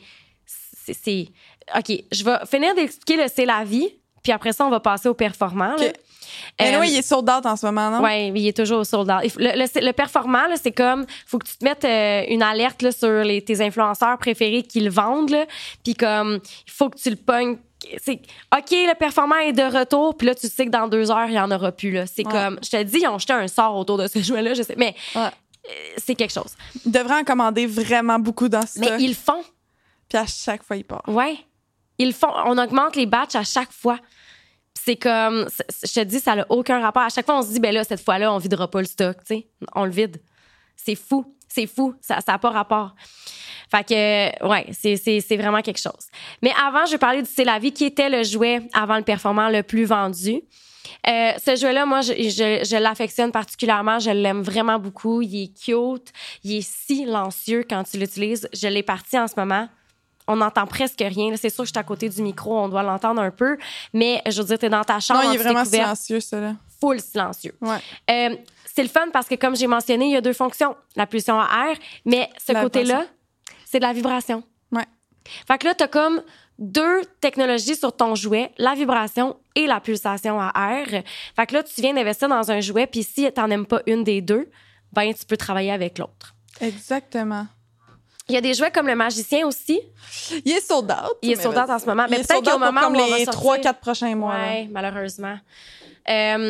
OK, je vais finir d'expliquer le C'est la vie, puis après ça, on va passer au performant. Okay. Mais oui, il est sold out en ce moment, non? Oui, il est toujours sold out. Le performant, là, c'est comme, faut que tu te mettes une alerte là, sur tes influenceurs préférés qui le vendent, puis comme, il faut que tu le pognes. C'est OK, le performant est de retour, puis là, tu sais que dans 2 heures, il n'y en aura plus. Là. C'est comme, je te dis, ils ont jeté un sort autour de ce jouet-là, je sais, mais c'est quelque chose. Ils devraient en commander vraiment beaucoup dans ce Mais ils le font. Puis à chaque fois, ils partent. Oui, ils le font. On augmente les batchs à chaque fois. C'est comme, je te dis, ça n'a aucun rapport. À chaque fois, on se dit, ben là, cette fois-là, on videra pas le stock, tu sais. On le vide. C'est fou. Ça n'a pas rapport. Fait que, ouais, c'est vraiment quelque chose. Mais avant, je vais parler du C'est la vie, qui était le jouet avant le performant le plus vendu. Ce jouet-là, moi, je l'affectionne particulièrement. Je l'aime vraiment beaucoup. Il est cute. Il est silencieux quand tu l'utilises. Je l'ai parti en ce moment. On n'entend presque rien. C'est sûr que je suis à côté du micro, on doit l'entendre un peu. Mais je veux dire, t'es dans ta chambre. Non, il est vraiment silencieux, ça, là. Full silencieux. Ouais. C'est le fun parce que, comme j'ai mentionné, il y a 2 fonctions. La pulsion à air, mais ce côté-là, c'est de la vibration. Ouais. Fait que là, t'as comme 2 technologies sur ton jouet, la vibration et la pulsation à air. Fait que là, tu viens d'investir dans un jouet, puis si t'en aimes pas une des 2, ben tu peux travailler avec l'autre. Exactement. Il y a des jouets comme le magicien aussi. Il est sold out. Il est sold out en ce moment. Mais peut-être qu'au moment comme où on va les sortir... 3-4 prochains mois. Oui, malheureusement.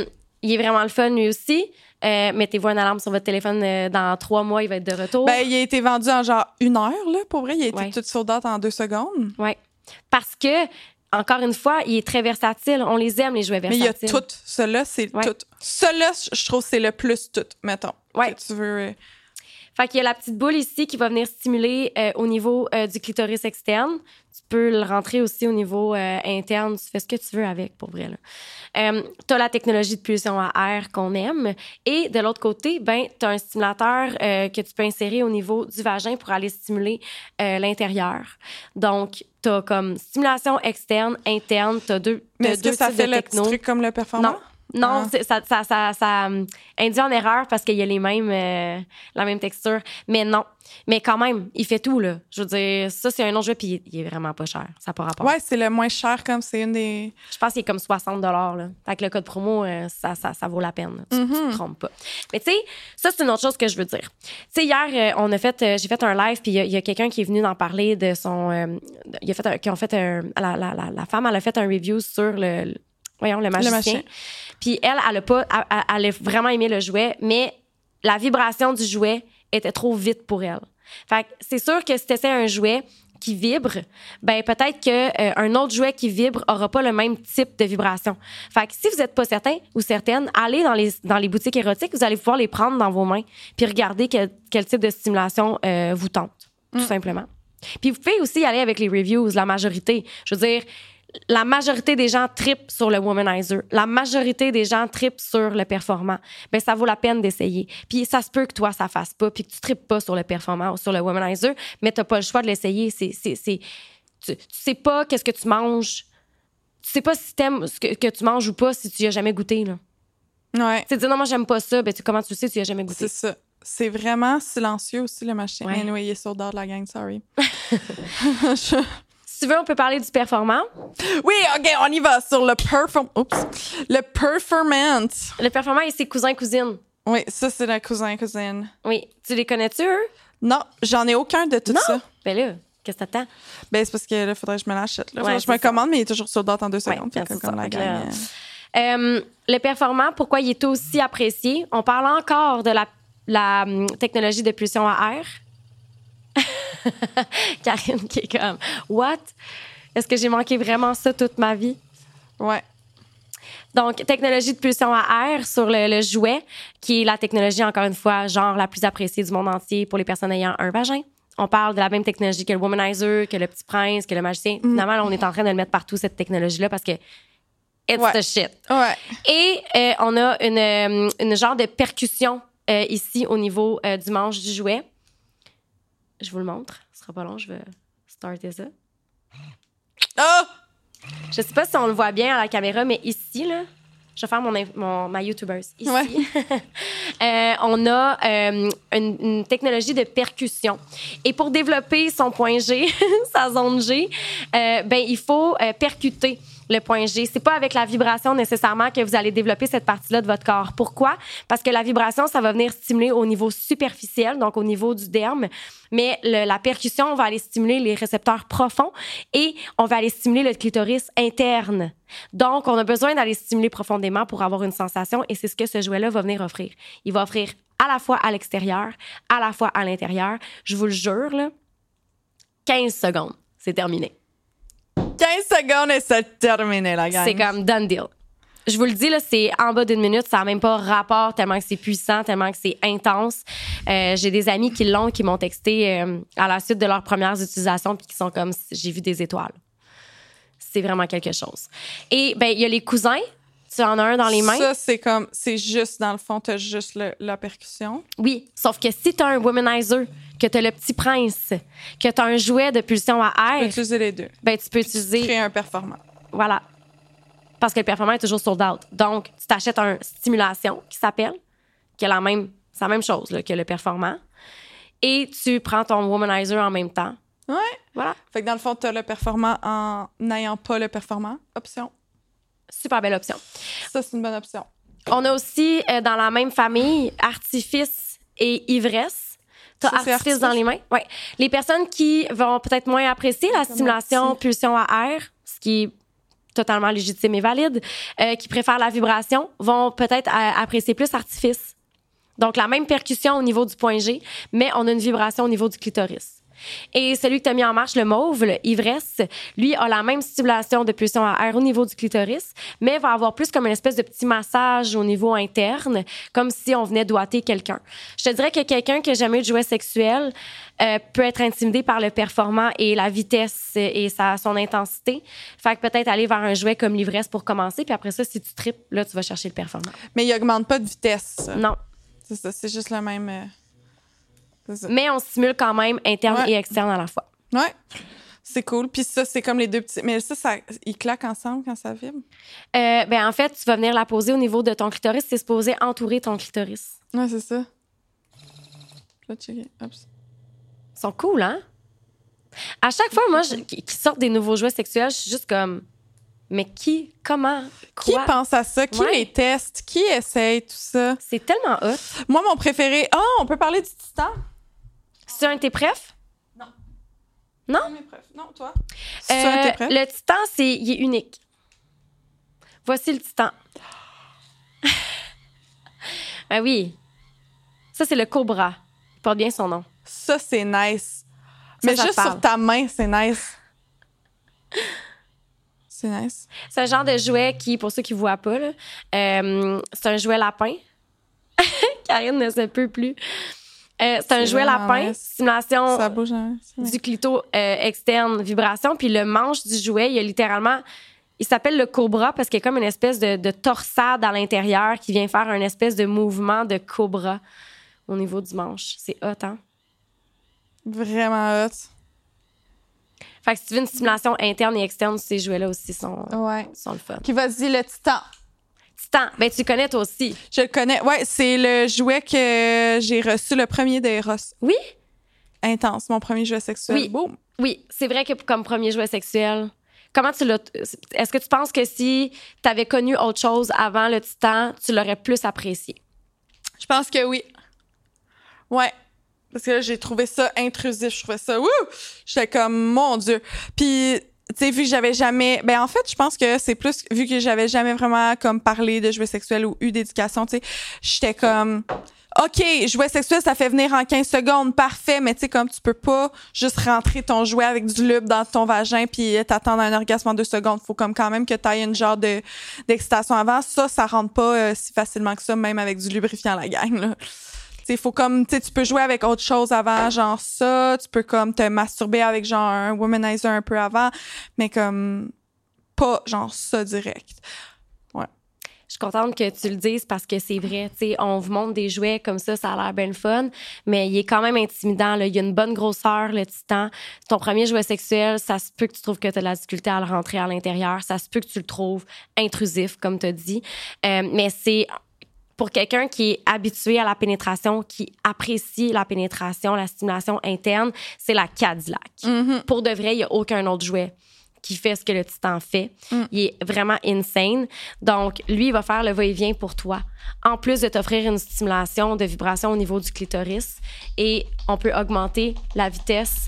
Il est vraiment le fun, lui aussi. Mettez-vous une alarme sur votre téléphone. Dans 3 mois, il va être de retour. Ben, il a été vendu en genre 1 heure, là, pour vrai. Il a été Ouais. tout sold out en 2 secondes. Oui. Parce que, encore une fois, il est très versatile. On les aime, les jouets Mais versatiles. il y a tout. Celui-là, c'est Ouais. tout. Celui-là, je trouve que c'est le plus tout, mettons. Ouais. Que tu veux... Fait qu'il y a la petite boule ici qui va venir stimuler au niveau du clitoris externe. Tu peux le rentrer aussi au niveau interne. Tu fais ce que tu veux avec, pour vrai. Tu as la technologie de pulsion à air qu'on aime. Et de l'autre côté, ben, tu as un stimulateur que tu peux insérer au niveau du vagin pour aller stimuler l'intérieur. Donc, tu as comme stimulation externe, interne. Tu as deux Mais est-ce que ça types fait de le petit techno. truc comme le performant? Non, Ah. ça induit en erreur parce qu'il y a les mêmes, la même texture. Mais non. Mais quand même, il fait tout, là. Je veux dire, ça, c'est un autre jeu, puis il est vraiment pas cher. Ça n'a pas rapport. Ouais, c'est le moins cher, comme c'est une des... Je pense qu'il est comme 60 là. Avec le code promo, ça vaut la peine. Là. Tu te trompes pas. Mais tu sais, ça, c'est une autre chose que je veux dire. Tu sais, hier, j'ai fait un live, puis il y a quelqu'un qui est venu d'en parler de son... la femme, elle a fait un review sur le magicien. Puis elle a vraiment aimé le jouet, mais la vibration du jouet était trop vite pour elle. Fait que c'est sûr que si tu essaies un jouet qui vibre, ben peut-être qu'un autre jouet qui vibre aura pas le même type de vibration. Fait que si vous n'êtes pas certain ou certaine, allez dans les boutiques érotiques, vous allez pouvoir les prendre dans vos mains puis regarder quel type de stimulation vous tente, tout simplement. Puis vous pouvez aussi y aller avec les reviews, la majorité. Je veux dire, la majorité des gens trippent sur le womanizer. La majorité des gens trippent sur le performant. Ben ça vaut la peine d'essayer. Puis ça se peut que toi, ça fasse pas, puis que tu trippes pas sur le performant ou sur le womanizer, mais t'as pas le choix de l'essayer. Tu sais pas qu'est-ce que tu manges. Tu sais pas si t'aimes ce que tu manges ou pas si tu y as jamais goûté, là. Ouais. Tu dis non, moi, j'aime pas ça. Ben comment tu sais si tu y as jamais goûté? C'est ça. C'est vraiment silencieux aussi, le machin. Ouais. Mais anyway, il est sold out, la gang, sorry. Si tu veux, on peut parler du performant. Oui, OK, on y va sur le Le performance. Le performant et ses cousins-cousines. Oui, ça, c'est la cousine. Oui. Tu les connais-tu, eux? Non, j'en ai aucun de tout ça. Ben là, qu'est-ce que t'attends? Ben, c'est parce que là, faudrait que je me l'achète. Là. Ouais, Je me commande, mais il est toujours sold out en 2 secondes. ben, Fait que c'est comme ça. la Fait que gang. là, le performant, pourquoi il est aussi apprécié? On parle encore de la technologie de pulsion à air. Karine qui est comme « What? Est-ce que j'ai manqué vraiment ça toute ma vie? » Ouais. Donc, technologie de pulsion à air sur le jouet, qui est la technologie, encore une fois, genre la plus appréciée du monde entier pour les personnes ayant un vagin. On parle de la même technologie que le womanizer, que le petit prince, que le magicien. Finalement, là, on est en train de le mettre partout, cette technologie-là, parce que it's the shit. Ouais. Et on a une genre de percussion ici au niveau du manche du jouet. Je vous le montre. Ce sera pas long, je vais starter ça. Oh! Je sais pas si on le voit bien à la caméra, mais ici, là, je vais faire ma YouTubeuse. Ici, ouais. on a une technologie de percussion. Et pour développer son point G, sa zone G, ben il faut percuter le point G. C'est pas avec la vibration nécessairement que vous allez développer cette partie-là de votre corps. Pourquoi? Parce que la vibration, ça va venir stimuler au niveau superficiel, donc au niveau du derme, mais la percussion, on va aller stimuler les récepteurs profonds et on va aller stimuler le clitoris interne. Donc, on a besoin d'aller stimuler profondément pour avoir une sensation et c'est ce que ce jouet-là va venir offrir. Il va offrir à la fois à l'extérieur, à la fois à l'intérieur. Je vous le jure, là, 15 secondes, c'est terminé. 15 secondes et c'est terminé, la gang. C'est comme done deal. Je vous le dis, là, c'est en bas d'une minute. Ça n'a même pas rapport tellement que c'est puissant, tellement que c'est intense. J'ai des amis qui m'ont texté à la suite de leurs premières utilisations puis qui sont comme « j'ai vu des étoiles ». C'est vraiment quelque chose. Et ben il y a les cousins. Tu en as un dans les mains. Ça, c'est juste, dans le fond, t'as juste la percussion. Oui, sauf que si t'as un womanizer, que t'as le petit prince, que t'as un jouet de pulsion à Tu peux air, utiliser les deux. ben tu peux utiliser... Créer un performant. Voilà. Parce que le performant est toujours sold out. Donc, tu t'achètes un stimulation qui s'appelle, qui est c'est la même chose là, que le performant, et tu prends ton womanizer en même temps. Ouais. Voilà. Fait que dans le fond, t'as le performant en n'ayant pas le performant. Option. Super belle option. Ça, c'est une bonne option. On a aussi, dans la même famille, artifice et ivresse. T'as Ça, c'est artifice dans les mains. Ouais. Les personnes qui vont peut-être moins apprécier la stimulation pulsion à air, ce qui est totalement légitime et valide, qui préfèrent la vibration, vont peut-être apprécier plus artifice. Donc, la même percussion au niveau du point G, mais on a une vibration au niveau du clitoris. Et celui que tu as mis en marche, le mauve, le ivresse, lui a la même stimulation de pulsion à air au niveau du clitoris, mais va avoir plus comme une espèce de petit massage au niveau interne, comme si on venait doigter quelqu'un. Je te dirais que quelqu'un qui n'a jamais eu de jouet sexuel peut être intimidé par le performant et la vitesse et son intensité. Fait que peut-être aller vers un jouet comme l'ivresse pour commencer, puis après ça, si tu tripes, là, tu vas chercher le performant. Mais il augmente pas de vitesse. Ça. Non. C'est ça, c'est juste le même... Mais on stimule quand même interne et externe à la fois. Ouais, c'est cool. Puis ça, c'est comme les deux petits... Mais ça ils claquent ensemble quand ça vibre? En fait, tu vas venir la poser au niveau de ton clitoris. C'est supposé entourer ton clitoris. Ouais, c'est ça. Là, checker. Oups. Ils sont cool, hein? À chaque fois, moi, qui sortent des nouveaux jouets sexuels, je suis juste comme... Mais qui? Comment? Quoi? Qui pense à ça? Qui les teste? Qui essaye tout ça? C'est tellement hot. Moi, mon préféré... Oh, on peut parler du titan? C'est un de tes préfs? Non. Non? C'est mes préfs. Non, toi? C'est un de tes préfs? Le titan, il est unique. Voici le titan. Ah oui. Ça, c'est le cobra. Il porte bien son nom. Ça, c'est nice. Mais juste sur ta main, c'est nice. C'est nice. C'est un genre de jouet qui, pour ceux qui ne voient pas, là, c'est un jouet lapin. Karine ne se peut plus. C'est un jouet lapin, nice. Stimulation ça bouge, hein? du clito externe, vibration. Puis le manche du jouet, il y a littéralement... Il s'appelle le cobra parce qu'il y a comme une espèce de torsade à l'intérieur qui vient faire un espèce de mouvement de cobra au niveau du manche. C'est hot, hein? Vraiment hot. Fait que si tu veux une stimulation interne et externe, ces jouets-là aussi sont le fun. Qui va se dire le titan? Titan, ben tu connais toi aussi. Je le connais. Ouais, c'est le jouet que j'ai reçu, le premier d'Eros. Oui? Intense, mon premier jouet sexuel. Oui. Boum. Oui, c'est vrai que comme premier jouet sexuel, comment tu l'as... Est-ce que tu penses que si tu avais connu autre chose avant le titan, tu l'aurais plus apprécié? Je pense que oui. Ouais. Parce que là, j'ai trouvé ça intrusif. Je trouvais ça... Wouh! J'étais comme, mon Dieu. Puis... Tu sais, vu que j'avais jamais... Ben en fait, je pense que c'est plus... Vu que j'avais jamais vraiment comme parlé de jouets sexuels ou eu d'éducation, tu sais, j'étais comme... OK, jouet sexuel, ça fait venir en 15 secondes. Parfait, mais tu sais, comme tu peux pas juste rentrer ton jouet avec du lube dans ton vagin puis t'attendre un orgasme en 2 secondes. Faut comme quand même que t'ailles une genre d'excitation avant. Ça rentre pas si facilement que ça, même avec du lubrifiant, la gang, là. Il faut comme, tu peux jouer avec autre chose avant, genre ça. Tu peux comme te masturber avec genre un womanizer un peu avant, mais comme pas genre ça direct. Ouais. Je suis contente que tu le dises parce que c'est vrai. Tu sais, on vous montre des jouets comme ça a l'air bien le fun, mais il est quand même intimidant. Là. Il y a une bonne grosseur, le titan. Ton premier jouet sexuel, ça se peut que tu trouves que tu as de la difficulté à le rentrer à l'intérieur. Ça se peut que tu le trouves intrusif, comme tu as dit. Mais c'est... Pour quelqu'un qui est habitué à la pénétration, qui apprécie la pénétration, la stimulation interne, c'est la Cadillac. Mm-hmm. Pour de vrai, il n'y a aucun autre jouet qui fait ce que le titan fait. Il est vraiment insane. Donc, lui, il va faire le va-et-vient pour toi. En plus de t'offrir une stimulation de vibration au niveau du clitoris. Et on peut augmenter la vitesse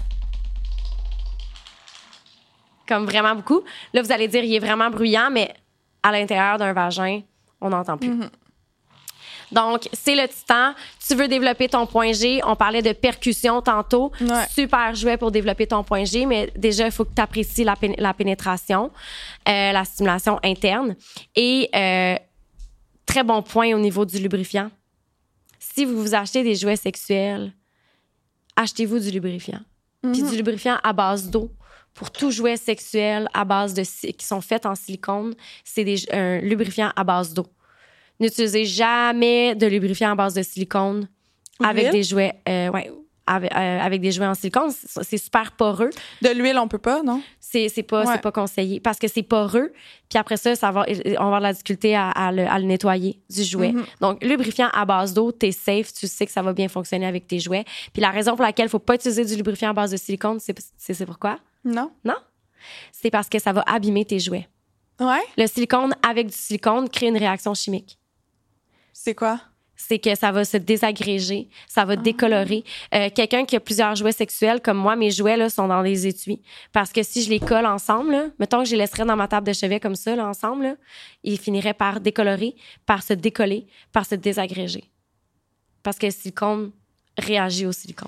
comme vraiment beaucoup. Là, vous allez dire, il est vraiment bruyant, mais à l'intérieur d'un vagin, on n'entend plus. Mm-hmm. Donc, c'est le titan. Tu veux développer ton point G. On parlait de percussion tantôt. Ouais. Super jouet pour développer ton point G, mais déjà, il faut que tu apprécies la pénétration, la stimulation interne. Et très bon point au niveau du lubrifiant. Si vous vous achetez des jouets sexuels, achetez-vous du lubrifiant. Mm-hmm. Puis du lubrifiant à base d'eau. Pour tout jouet sexuel à base qui sont faits en silicone, c'est un lubrifiant à base d'eau. N'utilisez jamais de lubrifiant à base de silicone avec des jouets, avec des jouets en silicone. C'est super poreux. De l'huile, on peut pas, non? C'est pas conseillé parce que c'est poreux. Puis après ça, on va avoir de la difficulté à le nettoyer du jouet. Mm-hmm. Donc, lubrifiant à base d'eau, t'es safe. Tu sais que ça va bien fonctionner avec tes jouets. Puis la raison pour laquelle il faut pas utiliser du lubrifiant à base de silicone, c'est pourquoi? Non. Non? C'est parce que ça va abîmer tes jouets. Ouais? Le silicone avec du silicone crée une réaction chimique. C'est quoi? c'est que ça va se désagréger, ça va décolorer. Quelqu'un qui a plusieurs jouets sexuels, comme moi, mes jouets là, sont dans des étuis. Parce que si je les colle ensemble, là, mettons que je les laisserais dans ma table de chevet comme ça, là, ensemble, là, ils finiraient par décolorer, par se décoller, par se désagréger. Parce que le silicone réagit au silicone.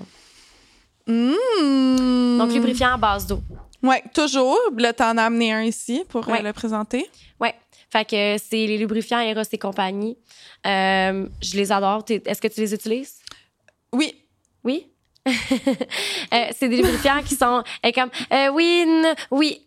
Donc, lubrifiant à base d'eau. Oui, toujours. Là, t'en as amené un ici pour le présenter. Oui. Fait que c'est les lubrifiants Eros et compagnie. Je les adore. Est-ce que tu les utilises? Oui. Oui? C'est des lubrifiants qui sont comme oui.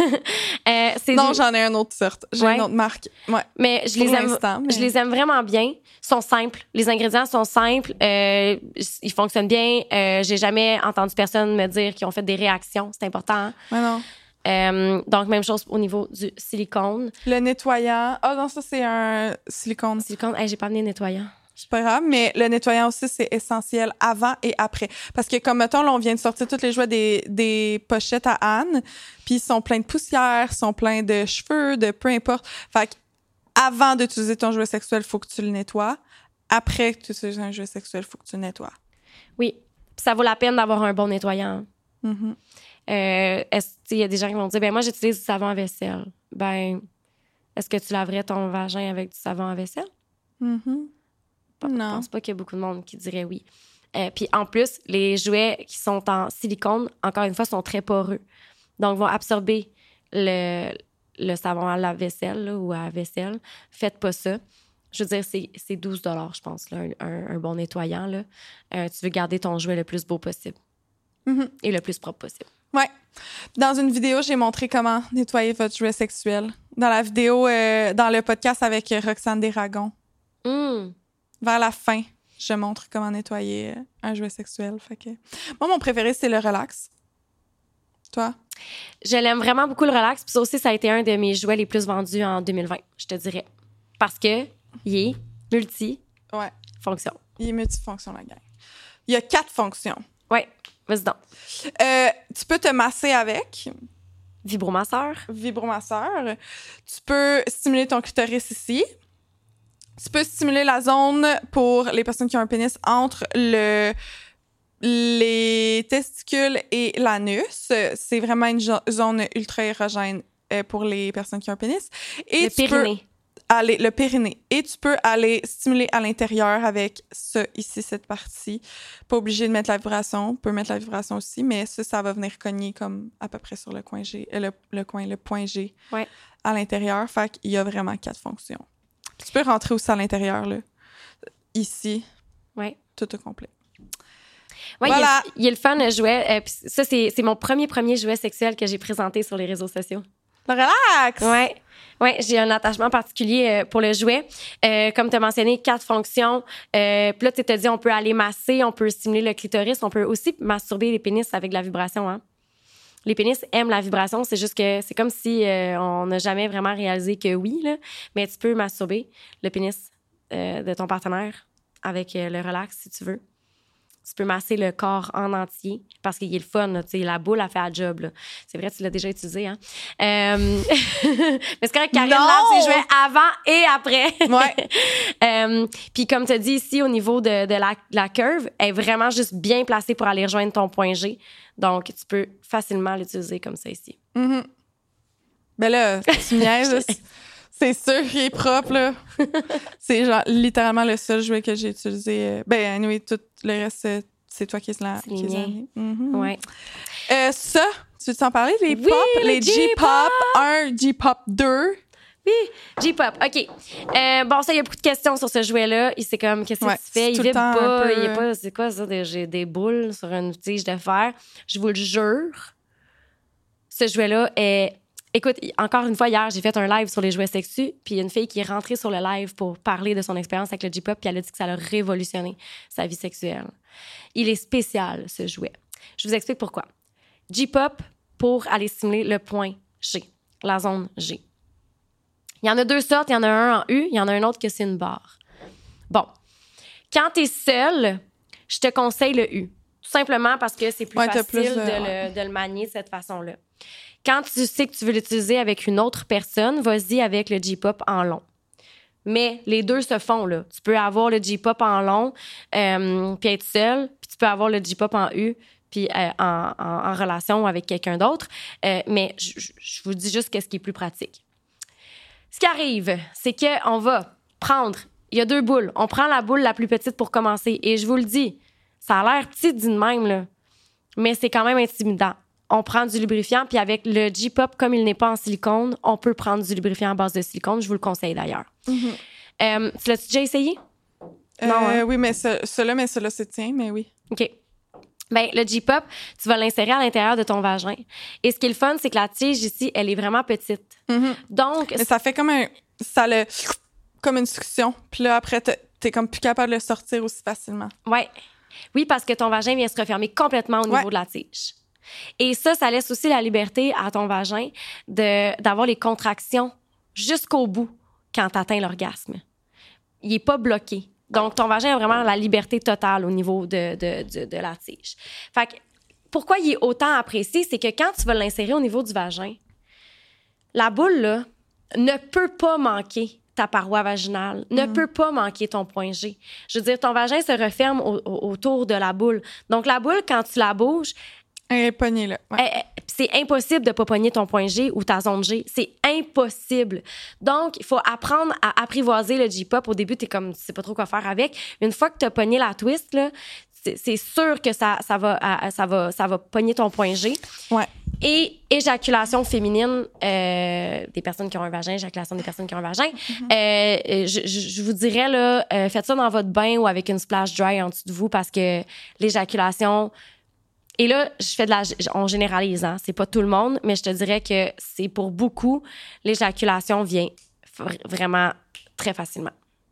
Non, j'en ai une autre sorte. J'ai une autre marque. Ouais. Mais je les aime vraiment bien. Ils sont simples. Les ingrédients sont simples. Ils fonctionnent bien. J'ai jamais entendu personne me dire qu'ils ont fait des réactions. C'est important. Hein? Ouais, non. Donc, même chose au niveau du silicone. Le nettoyant. Ah non, ça, c'est un silicone. Silicone, j'ai pas amené nettoyant. C'est pas grave, mais le nettoyant aussi, c'est essentiel avant et après. Parce que, comme mettons, là, on vient de sortir tous les jouets des pochettes à Anne, puis ils sont pleins de poussière, sont pleins de cheveux, de peu importe. Fait que avant d'utiliser ton jouet sexuel, il faut que tu le nettoies. Après que tu utilises un jouet sexuel, il faut que tu le nettoies. Oui. Puis ça vaut la peine d'avoir un bon nettoyant. Mm-hmm. Il y a des gens qui vont dire, ben moi, j'utilise du savon à vaisselle. Ben, est-ce que tu laverais ton vagin avec du savon à vaisselle? Mm-hmm. Bon, non. Je pense pas qu'il y a beaucoup de monde qui dirait oui. Puis en plus, les jouets qui sont en silicone, encore une fois, sont très poreux. Donc, vont absorber le savon à la vaisselle là, ou à la vaisselle. Faites pas ça. Je veux dire, c'est 12 $, je pense, là, un bon nettoyant. Là. Tu veux garder ton jouet le plus beau possible et le plus propre possible. Oui. Dans une vidéo, j'ai montré comment nettoyer votre jouet sexuel. Dans la vidéo, dans le podcast avec Roxane Desragons. Vers la fin, je montre comment nettoyer un jouet sexuel. Fait que... Moi, mon préféré, c'est le relax. Toi? Je l'aime vraiment beaucoup, le relax. Puis ça aussi, ça a été un de mes jouets les plus vendus en 2020, je te dirais. Parce que il est multi-fonction. Il est multifonction, la gang. Il y a 4 fonctions. Oui, vas-y donc. Tu peux te masser avec. Vibromasseur. Vibromasseur. Tu peux stimuler ton clitoris ici. Tu peux stimuler la zone pour les personnes qui ont un pénis entre les testicules et l'anus. C'est vraiment une zone ultra érogène pour les personnes qui ont un pénis. Et le périnée. Le périnée. Et tu peux aller stimuler à l'intérieur avec ça, ici, cette partie. Pas obligé de mettre la vibration. On peut mettre la vibration aussi, mais ça va venir cogner comme à peu près sur le coin G, le point G à l'intérieur. Fait qu'il y a vraiment 4 fonctions. Tu peux rentrer aussi à l'intérieur, là. Ici. Oui. Tout au complet. Oui, voilà. Il y a le fun jouet. Ça, c'est mon premier jouet sexuel que j'ai présenté sur les réseaux sociaux. Le relax! Oui. Oui, j'ai un attachement particulier pour le jouet. Comme tu as mentionné, 4 fonctions. Puis là, tu t'es dit, on peut aller masser, on peut stimuler le clitoris, on peut aussi masturber les pénis avec de la vibration, hein. Les pénis aiment la vibration, c'est juste que c'est comme si on n'a jamais vraiment réalisé que oui, là, mais tu peux masturber le pénis de ton partenaire avec le relax, si tu veux. Tu peux masser le corps en entier parce qu'il est le fun. Là, la boule a fait la job. Là. C'est vrai, tu l'as déjà utilisé. Hein? Mais c'est correct, Karine lave ses jouets avant et après. Ouais. Puis comme tu as dit ici, au niveau de la curve, elle est vraiment juste bien placée pour aller rejoindre ton point G. Donc, tu peux facilement l'utiliser comme ça ici. Mm-hmm. Ben là, tu me niaises. C'est sûr qu'il est propre, là. C'est genre littéralement le seul jouet que j'ai utilisé. Ben, anyway, tout le reste, c'est toi qui l'as. C'est les miens. Mm-hmm. Ouais. Ça, tu veux t'en parler? Les pop, les J-pop 1, J-pop 2. Oui, J-pop. OK. Bon, ça, il y a beaucoup de questions sur ce jouet-là. C'est comme, qu'est-ce que tu fais? Il vibre pas. Il est pas. C'est quoi ça? J'ai des boules sur une tige de fer. Je vous le jure. Ce jouet-là est. Écoute, encore une fois, hier, j'ai fait un live sur les jouets sexus, puis il y a une fille qui est rentrée sur le live pour parler de son expérience avec le J-pop, puis elle a dit que ça l'a révolutionné sa vie sexuelle. Il est spécial, ce jouet. Je vous explique pourquoi. J-pop pour aller stimuler le point G, la zone G. Il y en a 2 sortes. Il y en a un en U, il y en a un autre que c'est une barre. Bon. Quand tu es seule, je te conseille le U. Tout simplement parce que c'est plus facile de le manier de cette façon-là. Quand tu sais que tu veux l'utiliser avec une autre personne, vas-y avec le J-pop en long. Mais les deux se font, là. Tu peux avoir le J-pop en long, puis être seul, puis tu peux avoir le J-pop en U, puis en relation avec quelqu'un d'autre. Mais je vous dis juste qu'est-ce qui est plus pratique. Ce qui arrive, c'est qu'on va prendre... Il y a 2 boules. On prend la boule la plus petite pour commencer. Et je vous le dis, ça a l'air petit dit de même, là. Mais c'est quand même intimidant. On prend du lubrifiant, puis avec le J-pop, comme il n'est pas en silicone, on peut prendre du lubrifiant à base de silicone. Je vous le conseille d'ailleurs. Mm-hmm. Tu l'as-tu déjà essayé? Non, hein? Oui, mais celui-là, c'est tien, mais oui. OK. Bien, le J-pop, tu vas l'insérer à l'intérieur de ton vagin. Et ce qui est le fun, c'est que la tige ici, elle est vraiment petite. Mm-hmm. Donc... Mais ça fait comme comme une succion. Puis là, après, t'es comme plus capable de le sortir aussi facilement. Ouais. Oui, parce que ton vagin vient se refermer complètement au niveau de la tige. Et ça laisse aussi la liberté à ton vagin d'avoir les contractions jusqu'au bout quand tu atteins l'orgasme. Il n'est pas bloqué. Donc, ton vagin a vraiment la liberté totale au niveau de la tige. Fait que, pourquoi il est autant apprécié, c'est que quand tu vas l'insérer au niveau du vagin, la boule, là, ne peut pas manquer ta paroi vaginale, ne peut pas manquer ton point G. Je veux dire, ton vagin se referme autour de la boule. Donc, la boule, quand tu la bouges... Elle est pognée, là. Ouais. C'est impossible de ne pas pogner ton point G ou ta zone G. C'est impossible. Donc, il faut apprendre à apprivoiser le J-pop. Au début, tu sais pas trop quoi faire avec. Une fois que tu as pogné la twist, là, c'est sûr que ça va pogner ton point G. Ouais. Et éjaculation féminine des personnes qui ont un vagin, éjaculation des personnes qui ont un vagin. Je vous dirais, là, faites ça dans votre bain ou avec une splash dry en dessous de vous parce que l'éjaculation... Et là, on généralise, hein, c'est pas tout le monde, mais je te dirais que c'est pour beaucoup, l'éjaculation vient vraiment très facilement.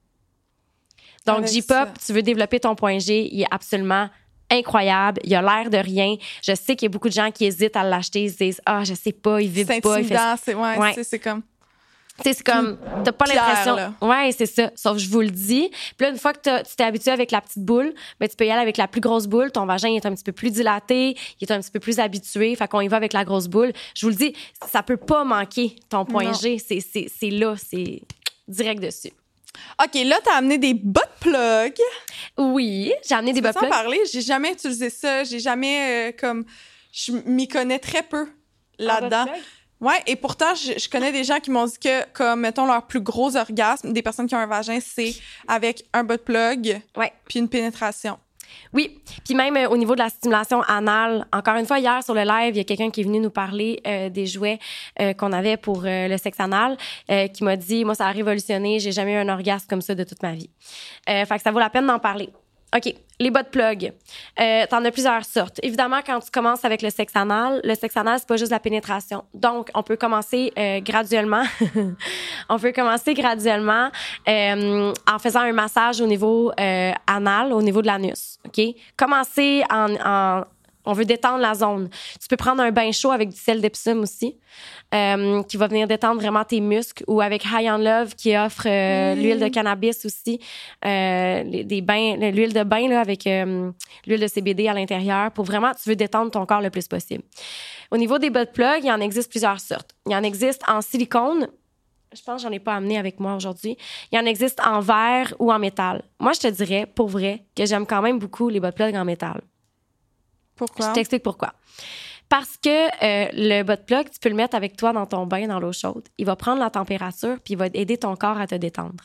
Donc, avec J-pop, tu veux développer ton point G, il est absolument incroyable. Il a l'air de rien. Je sais qu'il y a beaucoup de gens qui hésitent à l'acheter. Ils se disent, je sais pas, il vibre pas. C'est intimidant, c'est comme... C'est comme, t'as pas l'impression. Là. Ouais, c'est ça. Sauf que je vous le dis. Puis là, une fois que tu t'es habitué avec la petite boule, ben, tu peux y aller avec la plus grosse boule. Ton vagin il est un petit peu plus dilaté, il est un petit peu plus habitué. Fait qu'on y va avec la grosse boule. Je vous le dis, ça peut pas manquer ton point G. C'est là, c'est direct dessus. OK, là, t'as amené des butt plugs. Oui, j'ai amené des butt plugs. Sans parler, j'ai jamais utilisé ça. J'ai jamais, je m'y connais très peu là-dedans. Ouais, et pourtant, je connais des gens qui m'ont dit que, comme, mettons, leur plus gros orgasme, des personnes qui ont un vagin, c'est avec un butt plug, puis une pénétration. Oui, puis même au niveau de la stimulation anale, encore une fois, hier, sur le live, il y a quelqu'un qui est venu nous parler des jouets qu'on avait pour le sexe anal, qui m'a dit, moi, ça a révolutionné, j'ai jamais eu un orgasme comme ça de toute ma vie. Fait que ça vaut la peine d'en parler. OK, les butt plugs. T'en as plusieurs sortes. Évidemment, quand tu commences avec le sexe anal, c'est pas juste la pénétration. Donc, on peut commencer graduellement. On peut commencer graduellement en faisant un massage au niveau anal, au niveau de l'anus. OK? Commencer on veut détendre la zone. Tu peux prendre un bain chaud avec du sel d'Epsom aussi, qui va venir détendre vraiment tes muscles, ou avec High on Love qui offre l'huile de cannabis aussi, l'huile de bain là, avec l'huile de CBD à l'intérieur pour vraiment, tu veux détendre ton corps le plus possible. Au niveau des butt plugs, il y en existe plusieurs sortes. Il y en existe en silicone. Je pense que j'en ai pas amené avec moi aujourd'hui. Il y en existe en verre ou en métal. Moi, je te dirais, pour vrai, que j'aime quand même beaucoup les butt plugs en métal. Pourquoi? Je t'explique pourquoi. Parce que le butt plug, tu peux le mettre avec toi dans ton bain, dans l'eau chaude. Il va prendre la température puis il va aider ton corps à te détendre.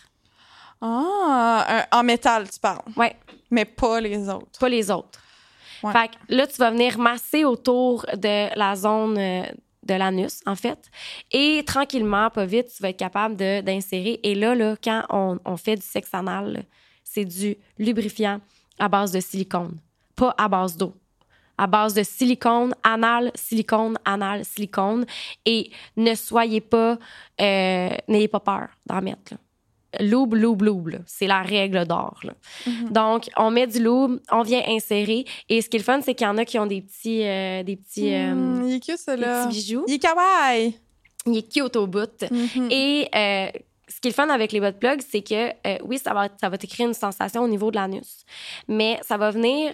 Ah, en métal, tu parles? Oui. Mais pas les autres. Pas les autres. Ouais. Fait que là, tu vas venir masser autour de la zone de l'anus, en fait. Et tranquillement, pas vite, tu vas être capable d'insérer. Et là quand on fait du sexe anal, là, c'est du lubrifiant à base de silicone, pas à base d'eau. À base de silicone, anal, silicone, anal, silicone. Et ne soyez pas... n'ayez pas peur d'en mettre. Là. Lube, lube, lube. Là. C'est la règle d'or. Là. Mm-hmm. Donc, on met du lube, on vient insérer. Et ce qui est le fun, c'est qu'il y en a qui ont des petits... il est cute, celui-là. Des petits bijoux. Il est kawaii. Il est cute au bout. Mm-hmm. Et... ce qui est le fun avec les butt plugs, c'est que, oui, ça va te créer une sensation au niveau de l'anus. Mais ça va venir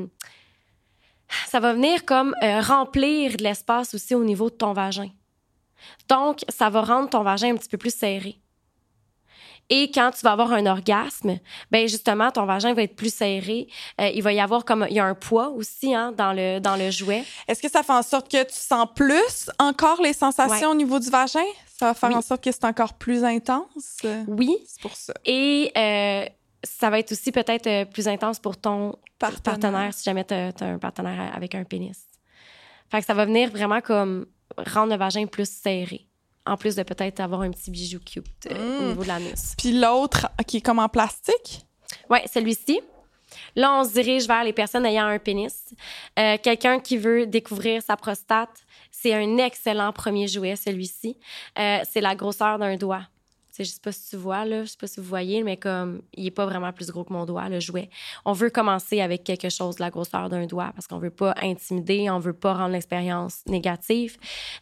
comme remplir de l'espace aussi au niveau de ton vagin. Donc, ça va rendre ton vagin un petit peu plus serré. Et quand tu vas avoir un orgasme, ben justement, ton vagin va être plus serré. Il va y avoir il y a un poids aussi dans le jouet. Est-ce que ça fait en sorte que tu sens plus encore les sensations au niveau du vagin? Ça va faire en sorte que c'est encore plus intense? Oui. C'est pour ça. Et ça va être aussi peut-être plus intense pour ton partenaire si jamais tu as un partenaire avec un pénis. Fait que ça va venir vraiment comme rendre le vagin plus serré. En plus de peut-être avoir un petit bijou cute au niveau de l'anus. Puis l'autre, qui est comme en plastique? Oui, celui-ci. Là, on se dirige vers les personnes ayant un pénis. Quelqu'un qui veut découvrir sa prostate, c'est un excellent premier jouet, celui-ci. C'est la grosseur d'un doigt. Je sais pas si tu vois, là, je sais pas si vous voyez, mais comme il est pas vraiment plus gros que mon doigt, le jouet. On veut commencer avec quelque chose de la grosseur d'un doigt parce qu'on veut pas intimider, on veut pas rendre l'expérience négative.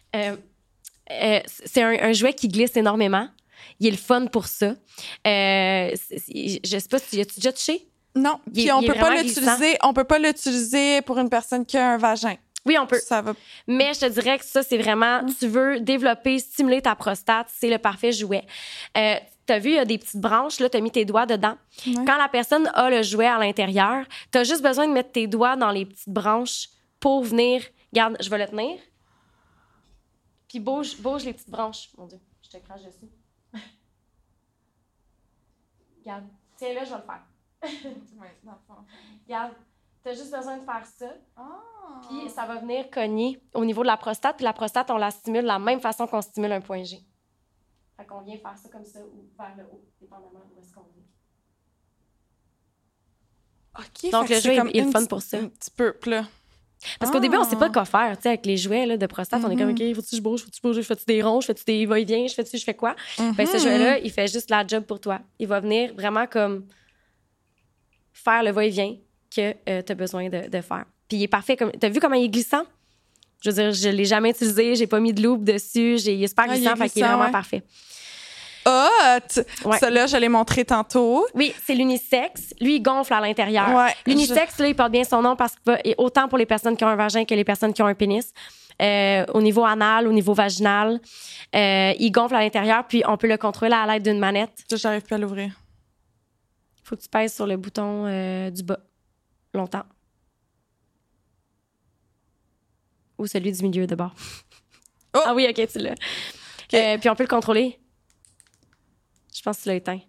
C'est un jouet qui glisse énormément. Il est le fun pour ça. Je sais pas si tu as déjà touché? Non. Puis on peut pas l'utiliser pour une personne qui a un vagin. Oui, on peut. Ça va. Mais je te dirais que ça, c'est vraiment, tu veux développer, stimuler ta prostate, c'est le parfait jouet. T'as vu, il y a des petites branches, là, t'as mis tes doigts dedans. Ouais. Quand la personne a le jouet à l'intérieur, t'as juste besoin de mettre tes doigts dans les petites branches pour venir. Regarde, je vais le tenir. Puis bouge les petites branches. Mon Dieu, je te crache dessus. Regarde. Tiens, là, je vais le faire. Regarde. T'as juste besoin de faire ça. Puis ça va venir cogner au niveau de la prostate. Puis la prostate, on la stimule de la même façon qu'on stimule un point G. Fait qu'on vient faire ça comme ça ou vers le haut, dépendamment d'où est-ce qu'on vient. OK. Donc le jeu est le fun pour ça. Un petit peu là. Parce qu'au début, on sait pas quoi faire, tu sais, avec les jouets là, de prostate. On est comme, OK, faut-tu que je bouge, je fais-tu des ronds, je fais-tu des va-et-vient, je fais quoi? Ben, ce jouet-là, il fait juste la job pour toi. Il va venir vraiment comme faire le va-et-vient que tu as besoin de faire. Puis il est parfait. T'as vu comment il est glissant? Je veux dire, je l'ai jamais utilisé, j'ai pas mis de loupe dessus, il est super glissant, fait qu'il est vraiment parfait. Ouais. Ça, là, je l'ai montré tantôt. Oui, c'est l'unisex. Lui, il gonfle à l'intérieur. Ouais, l'unisex, là, il porte bien son nom parce que autant pour les personnes qui ont un vagin que les personnes qui ont un pénis. Au niveau anal, au niveau vaginal, il gonfle à l'intérieur, puis on peut le contrôler à l'aide d'une manette. J'arrive plus à l'ouvrir. Faut que tu pèses sur le bouton du bas. Longtemps. Ou celui du milieu de bord. Oh! Ah oui, OK, tu l'as. Okay. Puis on peut le contrôler. Je pense que tu l'as éteint.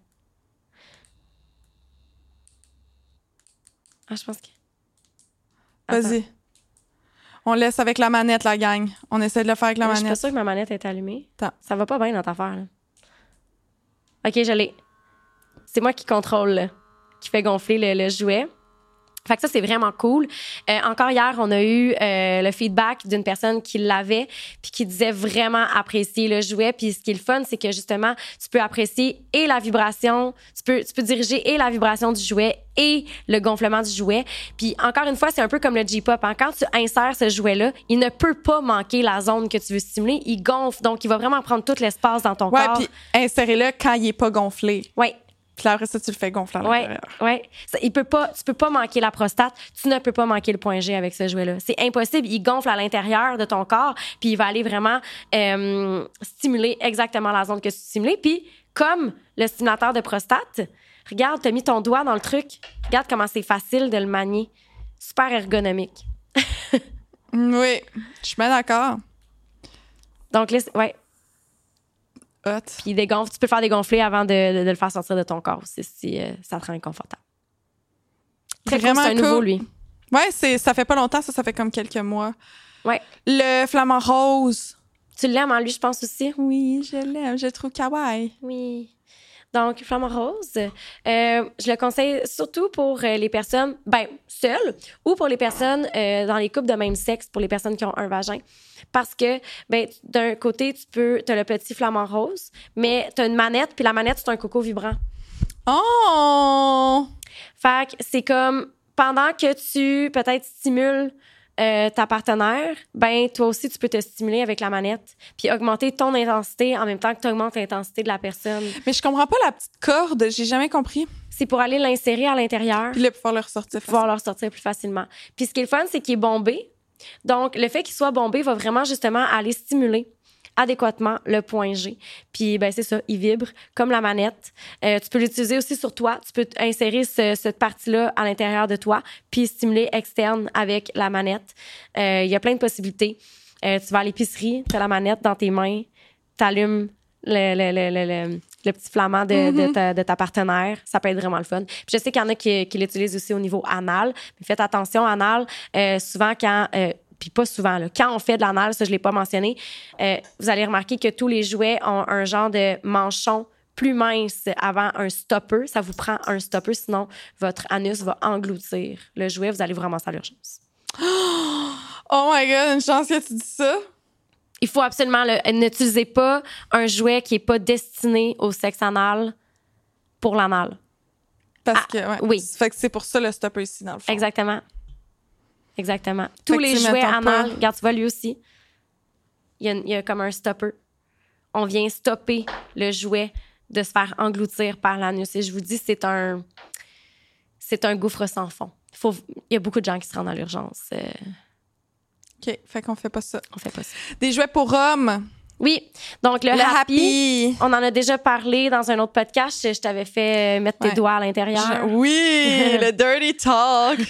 Ah, je pense que... Vas-y. On laisse avec la manette, la gang. On essaie de le faire avec la manette. Je suis pas sûre que ma manette est allumée. Attends. Ça va pas bien dans ta affaire, là. OK, je l'ai. C'est moi qui contrôle, là, qui fait gonfler le jouet. Fait que ça, c'est vraiment cool. Encore hier, on a eu le feedback d'une personne qui l'avait puis qui disait vraiment apprécier le jouet. Puis ce qui est le fun, c'est que justement, tu peux apprécier et la vibration, tu peux diriger et la vibration du jouet et le gonflement du jouet. Puis encore une fois, c'est un peu comme le J-pop. Hein? Quand tu insères ce jouet-là, il ne peut pas manquer la zone que tu veux stimuler. Il gonfle, donc il va vraiment prendre tout l'espace dans ton corps. Ouais, puis insérez-le quand il est pas gonflé. Ouais. Puis là, après ça, tu le fais gonfler à l'intérieur. Oui. Tu peux pas manquer la prostate. Tu ne peux pas manquer le point G avec ce jouet-là. C'est impossible. Il gonfle à l'intérieur de ton corps, puis il va aller vraiment stimuler exactement la zone que tu stimules. Puis, comme le stimulateur de prostate, regarde, tu as mis ton doigt dans le truc. Regarde comment c'est facile de le manier. Super ergonomique. Oui, je suis bien d'accord. Donc, là, ouais. Hot. Puis tu peux faire dégonfler avant de le faire sortir de ton corps aussi, si ça te rend inconfortable. Très vraiment cool, c'est un nouveau, lui. Ouais, ça fait pas longtemps, ça fait comme quelques mois. Ouais. Le flamant rose. Tu l'aimes, hein, lui, je pense aussi? Oui, je l'aime. Je le trouve kawaii. Oui. Donc, flamant rose, je le conseille surtout pour les personnes, seules ou pour les personnes dans les couples de même sexe, pour les personnes qui ont un vagin. Parce que, d'un côté, t'as le petit flamant rose, mais t'as une manette, puis la manette, c'est un coco vibrant. Oh! Fait que c'est comme, pendant que tu, peut-être, stimules ta partenaire, toi aussi, tu peux te stimuler avec la manette puis augmenter ton intensité en même temps que tu augmentes l'intensité de la personne. Mais je comprends pas la petite corde. J'ai jamais compris. C'est pour aller l'insérer à l'intérieur. Puis là, pouvoir le ressortir. Pouvoir le ressortir plus facilement. Puis ce qui est le fun, c'est qu'il est bombé. Donc, le fait qu'il soit bombé va vraiment, justement, aller stimuler adéquatement le point G. Puis, ben c'est ça, il vibre comme la manette. Tu peux l'utiliser aussi sur toi. Tu peux insérer cette partie-là à l'intérieur de toi puis stimuler externe avec la manette. Il y a plein de possibilités. Tu vas à l'épicerie, tu as la manette dans tes mains, tu allumes le petit flamand de ta partenaire. Ça peut être vraiment le fun. Puis je sais qu'il y en a qui l'utilisent aussi au niveau anal. Mais faites attention, anal, souvent quand... puis pas souvent, là. Quand on fait de l'anal, ça, je l'ai pas mentionné, vous allez remarquer que tous les jouets ont un genre de manchon plus mince avant un stopper. Ça vous prend un stopper, sinon votre anus va engloutir le jouet. Vous allez vous ramasser à l'urgence. Oh my God, une chance que tu dis ça. Il faut absolument... n'utilisez pas un jouet qui est pas destiné au sexe anal pour l'anal. Parce que, ouais. Oui. Fait que c'est pour ça le stopper ici, dans le fond. Exactement. Tous les jouets anal, regarde, tu vois, lui aussi, il y a comme un stopper. On vient stopper le jouet de se faire engloutir par l'anus. Et je vous dis, c'est un gouffre sans fond. Il y a beaucoup de gens qui se rendent à l'urgence. OK, fait qu'on fait pas ça. On fait pas ça. Des jouets pour hommes. Oui, donc le happy, on en a déjà parlé dans un autre podcast. Je t'avais fait mettre tes doigts à l'intérieur. Oui, le dirty talk.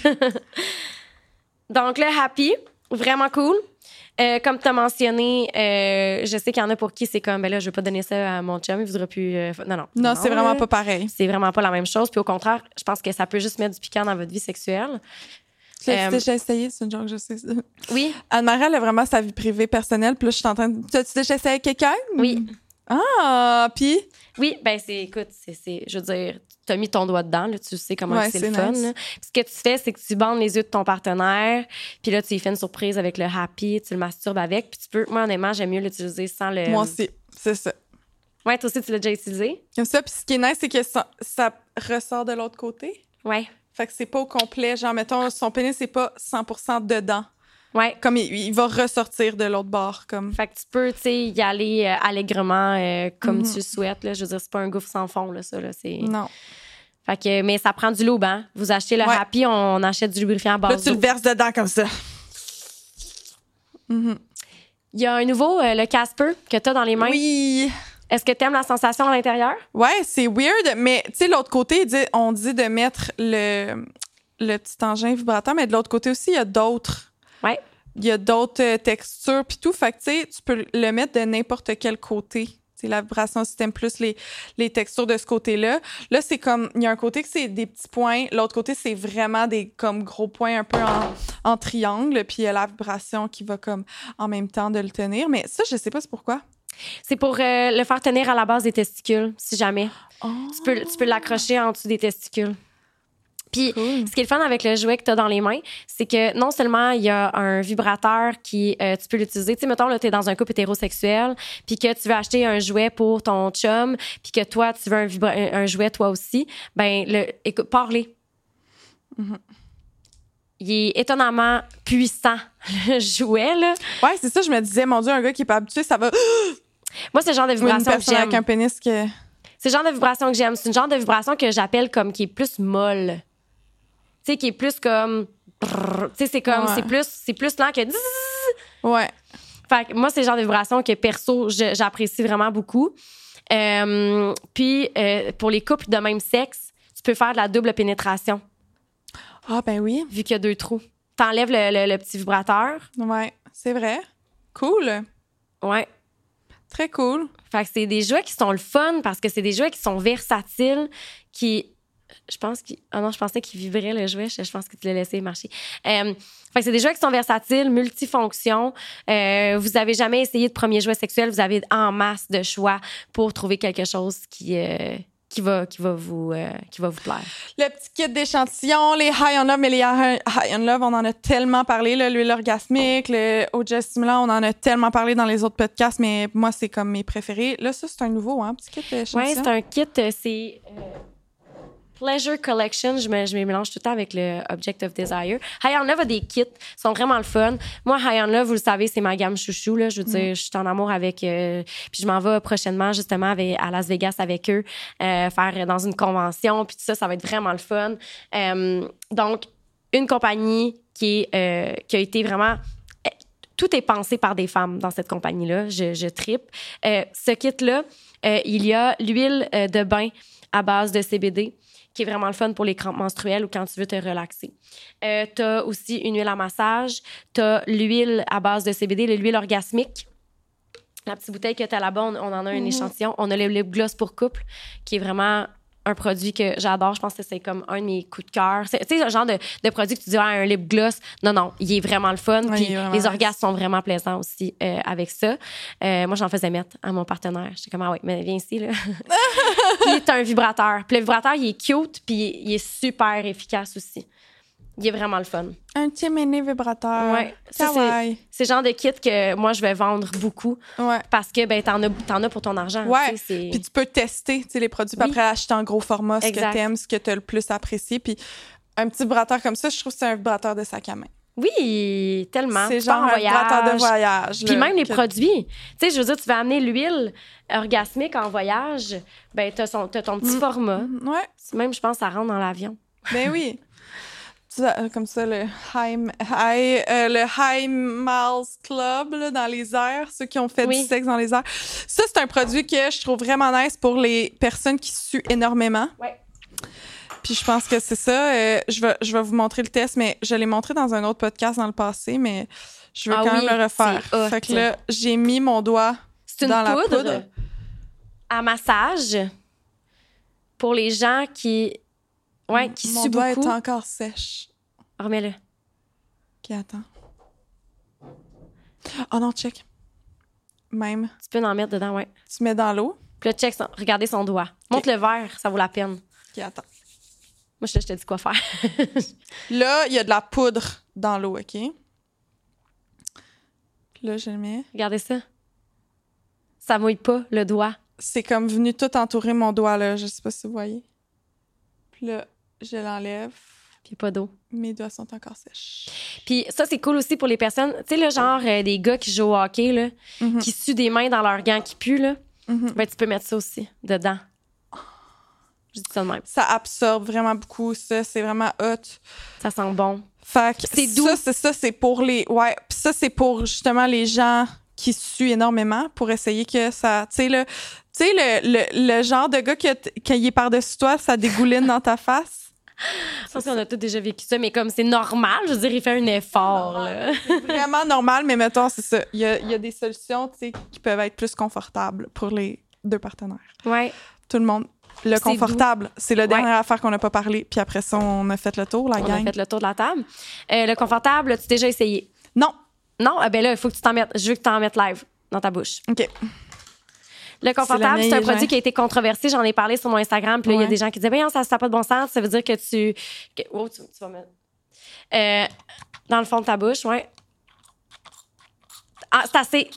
Donc le happy, vraiment cool. Comme tu as mentionné, je sais qu'il y en a pour qui c'est comme, ben là, je vais pas donner ça à mon chum, il voudra plus... Non, c'est vraiment pas pareil. C'est vraiment pas la même chose. Puis au contraire, je pense que ça peut juste mettre du piquant dans votre vie sexuelle. Tu l'as déjà essayé, c'est une joke, je sais. Oui. Anne-Marie, elle a vraiment sa vie privée, personnelle. Puis là, je suis en train de... T'as-tu déjà essayé avec quelqu'un? Oui. Ah, puis? Oui, ben écoute, je veux dire, tu as mis ton doigt dedans, là, tu sais comment c'est le fun. Nice. Puis ce que tu fais, c'est que tu bandes les yeux de ton partenaire, puis là, tu lui fais une surprise avec le happy, tu le masturbes avec, puis tu peux... Moi, honnêtement, j'aime mieux l'utiliser sans le... Moi aussi, c'est ça. Ouais, toi aussi, tu l'as déjà utilisé? Comme ça, puis ce qui est nice, c'est que ça ressort de l'autre côté. Ouais. Fait que c'est pas au complet. Genre, mettons, son pénis, c'est pas 100% dedans. Ouais. Comme il va ressortir de l'autre bord. Comme. Fait que tu peux, tu sais, y aller allègrement comme tu le souhaites. Là. Je veux dire, c'est pas un gouffre sans fond, là, ça. Là, non. Fait que, mais ça prend du lube, hein. Vous achetez le happy, on achète du lubrifiant à base là, tu le verses dedans comme ça. Il y a un nouveau, le Casper, que t'as dans les mains. Oui. Est-ce que t'aimes la sensation à l'intérieur? Ouais, c'est weird, mais tu sais, l'autre côté, on dit de mettre le petit engin vibrateur, mais de l'autre côté aussi, il y a d'autres. Ouais. Il y a d'autres textures puis tout. Fait que tu sais, tu peux le mettre de n'importe quel côté. C'est la vibration si t'aimes plus les textures de ce côté-là. Là, c'est comme... Il y a un côté que c'est des petits points. L'autre côté, c'est vraiment des comme gros points un peu en triangle. Puis il y a la vibration qui va comme en même temps de le tenir. Mais ça, je sais pas c'est pourquoi. C'est pour le faire tenir à la base des testicules, si jamais. Oh. Tu peux l'accrocher en dessous des testicules. Puis, ce qui est le fun avec le jouet que tu as dans les mains, c'est que non seulement il y a un vibrateur qui, tu peux l'utiliser. Tu sais, mettons, là, tu es dans un couple hétérosexuel, puis que tu veux acheter un jouet pour ton chum, puis que toi, tu veux un jouet toi aussi. Ben, écoute, parlez. Il est étonnamment puissant, le jouet, là. Ouais, c'est ça, je me disais, mon Dieu, un gars qui est pas habitué, ça va... Moi, c'est le genre de vibration que j'aime. Avec un pénis que... C'est le genre de vibration que j'aime. C'est une genre de vibration que j'appelle comme qui est plus molle. Tu sais, qui est plus comme... Tu sais, c'est comme... Ouais. C'est plus lent que... Ouais. Fait que moi, c'est le genre de vibration que, perso, j'apprécie vraiment beaucoup. Puis, pour les couples de même sexe, tu peux faire de la double pénétration. Ah, ben oui. Vu qu'il y a 2 trous. T'enlèves le petit vibrateur. Ouais, c'est vrai. Cool. Ouais. Très cool. Fait que c'est des jouets qui sont le fun parce que c'est des jouets qui sont versatiles, qui... Je pensais qu'il vibrait le jouet. Je pense que tu l'as laissé marcher. Fait que c'est des jouets qui sont versatiles, multifonctions. Vous avez jamais essayé de premier jouet sexuel, vous avez en masse de choix pour trouver quelque chose qui va vous plaire. Le petit kit d'échantillons, les High on Love, mais les High on Love, on en a tellement parlé, là, l'huile orgasmique, le OJ stimulant, on en a tellement parlé dans les autres podcasts, mais moi, c'est comme mes préférés. Là, ça, c'est un nouveau, hein, petit kit d'échantillons. Oui, c'est un kit, c'est... Pleasure Collection, je me mélange tout le temps avec le Object of Desire. High on Love a des kits, sont vraiment le fun. Moi, High on Love, vous le savez, c'est ma gamme chouchou. Là. Je veux dire, je suis en amour avec... puis je m'en vais prochainement, justement, à Las Vegas avec eux, faire dans une convention. Puis tout ça va être vraiment le fun. Donc, une compagnie qui a été vraiment... tout est pensé par des femmes dans cette compagnie-là. Je trippe. Ce kit-là, il y a l'huile de bain à base de CBD, qui est vraiment le fun pour les crampes menstruelles ou quand tu veux te relaxer. T'as aussi une huile à massage. T'as l'huile à base de CBD, l'huile orgasmique. La petite bouteille que t'as là-bas, on en a un échantillon. On a le lip gloss pour couple, qui est vraiment un produit que j'adore. Je pense que c'est comme un de mes coups de cœur. Tu sais, le genre de produit que tu dis, un lip gloss. Non, il est vraiment le fun. Oui, Puis vraiment les orgasmes sont vraiment plaisants aussi avec ça. Moi, j'en faisais mettre à mon partenaire. J'étais comme, ah oui, mais viens ici, là. Puis t'as un vibrateur. Puis le vibrateur, il est cute, puis il est super efficace aussi. Il est vraiment le fun. Un petit mini vibrateur. Ouais. Kawaii. C'est le genre de kit que moi, je vais vendre beaucoup. Ouais. Parce que, ben, t'en as pour ton argent. Ouais. Tu sais, Puis tu peux tester les produits, puis Oui. après acheter en gros format ce Exact. que t'aimes, ce que t'as le plus apprécié. Puis un petit vibrateur comme ça, je trouve que c'est un vibrateur de sac à main. Oui, tellement. C'est Tu pars genre en un vibrateur de voyage. Puis là, même les que- produits. Tu sais, je veux dire, tu vas amener l'huile orgasmique en voyage, ben t'as ton petit format. Ouais, Même, je pense, ça rentre dans l'avion. ben oui. Comme ça, le High Miles Club là, dans les airs, ceux qui ont fait Oui. du sexe dans les airs. Ça, c'est un produit que je trouve vraiment nice pour les personnes qui suent énormément. Ouais. Puis je pense que c'est ça. Je vais vous montrer le test, mais je l'ai montré dans un autre podcast dans le passé, mais je veux Ah quand oui, même le refaire. c'est hot. Fait que là, j'ai mis mon doigt C'est une dans la poudre, poudre. à massage pour les gens qui Mon suent doigt beaucoup. est encore sèche. Remets-le. OK, attends. Oh non, check. Même. Tu peux en mettre dedans, ouais. Tu mets dans l'eau. Puis là, regardez son doigt. Montre le verre, ça vaut la peine. OK, attends. Moi, je te dis quoi faire. Là, il y a de la poudre dans l'eau, OK? Là, je le mets. Regardez ça. Ça mouille pas, le doigt. C'est comme venu tout entourer mon doigt, là. Je sais pas si vous voyez. Puis là, je l'enlève. Puis pas d'eau. Mes doigts sont encore sèches. Puis ça, c'est cool aussi pour les personnes. Tu sais, le genre des gars qui jouent au hockey, là, Mhm. qui suent des mains dans leurs gants qui puent, là. Mhm. Ben, tu peux mettre ça aussi dedans. Je dis ça de même. Ça absorbe vraiment beaucoup, ça. C'est vraiment hot. Ça sent bon. Fait que C'est doux. c'est pour les... Ouais, puis ça, c'est pour justement les gens qui suent énormément pour essayer que ça... Tu sais, le genre de gars quand il est par-dessus toi, ça dégouline dans ta face. Je pense qu'on a tous déjà vécu ça, mais comme c'est normal, je veux dire, il fait un effort, là. C'est vraiment normal, mais mettons, c'est ça. Il y a des solutions, tu sais, qui peuvent être plus confortables pour les deux partenaires. Ouais. Tout le monde. Le C'est confortable, c'est la dernière Ouais. affaire qu'on n'a pas parlé. Puis après ça, on a fait le tour, la On gang. a fait le tour de la table. Le confortable, as-tu déjà essayé? Non. Non? Ben là, il faut que tu t'en mettes. Je veux que tu t'en mettes live dans ta bouche. OK. Le confortable, mien, c'est un il est produit gênant. qui a été controversé. J'en ai parlé sur mon Instagram. Puis là, il y a Ouais. des gens qui disaient, ben non, ça n'a pas de bon sens. Ça veut dire que Oh, tu vas mettre. Dans le fond de ta bouche, ouais. Ah, c'est assez.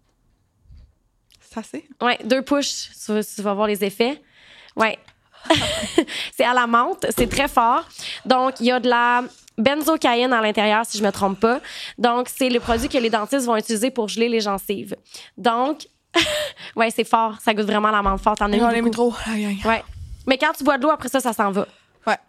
Ça, c'est... Ouais, 2 pushs. Tu vas voir les effets. Ouais. C'est à la menthe. C'est très fort. Donc, il y a de la benzocaïne à l'intérieur, si je me trompe pas. Donc, c'est le produit que les dentistes vont utiliser pour geler les gencives. Donc, ouais, c'est fort. Ça goûte vraiment la menthe forte. T'en as On eu est mis beaucoup. trop, la gang. Ouais. Mais quand tu bois de l'eau, après ça s'en va. Ouais.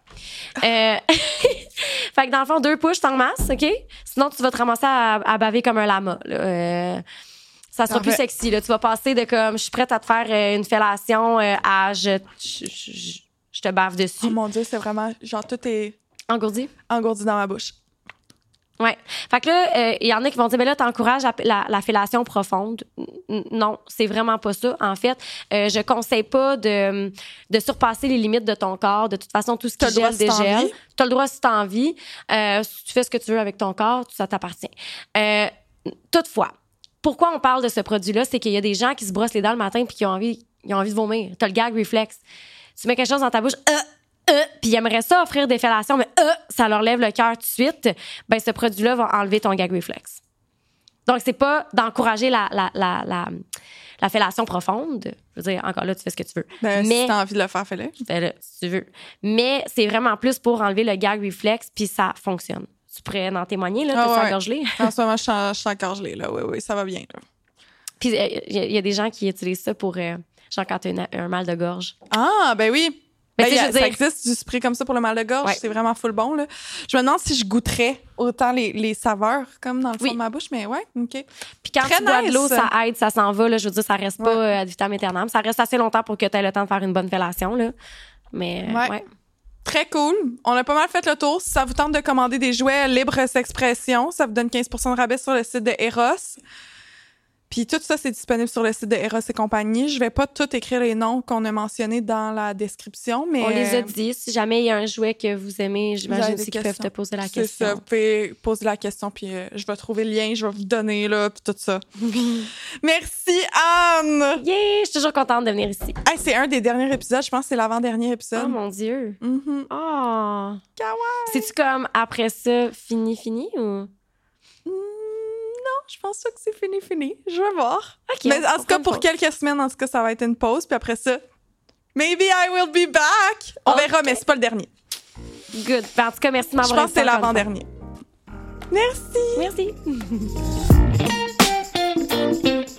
Fait que dans le fond, 2 pushs, t'en masse, OK? Sinon, tu vas te ramasser à baver comme un lama. Là. Ça sera plus Parfait. sexy. Là. Tu vas passer de comme, je suis prête à te faire une fellation à je te bave dessus. Oh mon Dieu, c'est vraiment... Genre, tout est Engourdi? engourdi dans ma bouche. Ouais. Fait que là, il y en a qui vont dire, ben là, t'encourages la fellation profonde. Non, c'est vraiment pas ça. En fait, je conseille pas de surpasser les limites de ton corps. De toute façon, tout ce qui T'as le droit gèle, si t'as dégèle. envie. T'as le droit si t'as envie. Si tu fais ce que tu veux avec ton corps, ça t'appartient. Toutefois, pourquoi on parle de ce produit-là? C'est qu'il y a des gens qui se brossent les dents le matin puis qui ont envie de vomir. T'as le gag reflex. Tu mets quelque chose dans ta bouche, puis ils aimeraient ça offrir des fellations, mais ça leur lève le cœur tout de suite. Ben, ce produit-là va enlever ton gag reflex. Donc, c'est pas d'encourager la fellation profonde. Je veux dire, encore là, tu fais ce que tu veux. Ben, mais si t'as envie de le faire, fais-le. fais-le, si tu veux. Mais c'est vraiment plus pour enlever le gag reflex, puis ça fonctionne. Tu pourrais en témoigner, là, Ah t'as ouais. gorgelé. En ce moment, je suis encore gelée, là. Oui, ça va bien, là. Puis il y a des gens qui utilisent ça pour, genre, quand t'as un mal de gorge. Ah, ben oui. Mais tu sais, je veux ça dire- existe du spray comme ça pour le mal de gorge. Ouais. C'est vraiment full bon. Là. Je me demande si je goûterais autant les saveurs comme dans le fond Oui. de ma bouche, mais ouais, OK. Puis quand Très tu bois de l'eau, nice. ça aide, ça s'en va. Là, je veux dire, ça reste pas Ouais. ad vitam aeternam. Ça reste assez longtemps pour que tu aies le temps de faire une bonne fellation. Là. Mais Ouais. Très cool. On a pas mal fait le tour. Si ça vous tente de commander des jouets libre expression, ça vous donne 15 de rabais sur le site de Eros. Puis tout ça, c'est disponible sur le site de Eros et compagnie. Je vais pas tout écrire les noms qu'on a mentionnés dans la description, mais... On les a dit. Si jamais il y a un jouet que vous aimez, Vous avez j'imagine des aussi qu'ils peuvent questions. te poser la C'est question. ça. Vous pouvez poser la question, puis je vais trouver le lien, je vais vous le donner, là, puis tout ça. Merci, Anne! Yeah! Je suis toujours contente de venir ici. Hey, c'est un des derniers épisodes. Je pense que c'est l'avant-dernier épisode. Oh mon Dieu! Mhm. Oh! Kawaii! C'est-tu comme après ça, fini ou? Non, je pense pas que c'est fini. Je vais voir. OK. Mais en tout cas, une pour pause. quelques semaines, en tout cas, ça va être une pause. Puis après ça, maybe I will be back. On Ok. verra, mais c'est pas le dernier. Good. Ben, en tout cas, merci de Je m'avoir pense que c'est invitée encore une l'avant-dernier. Merci. fois. Merci.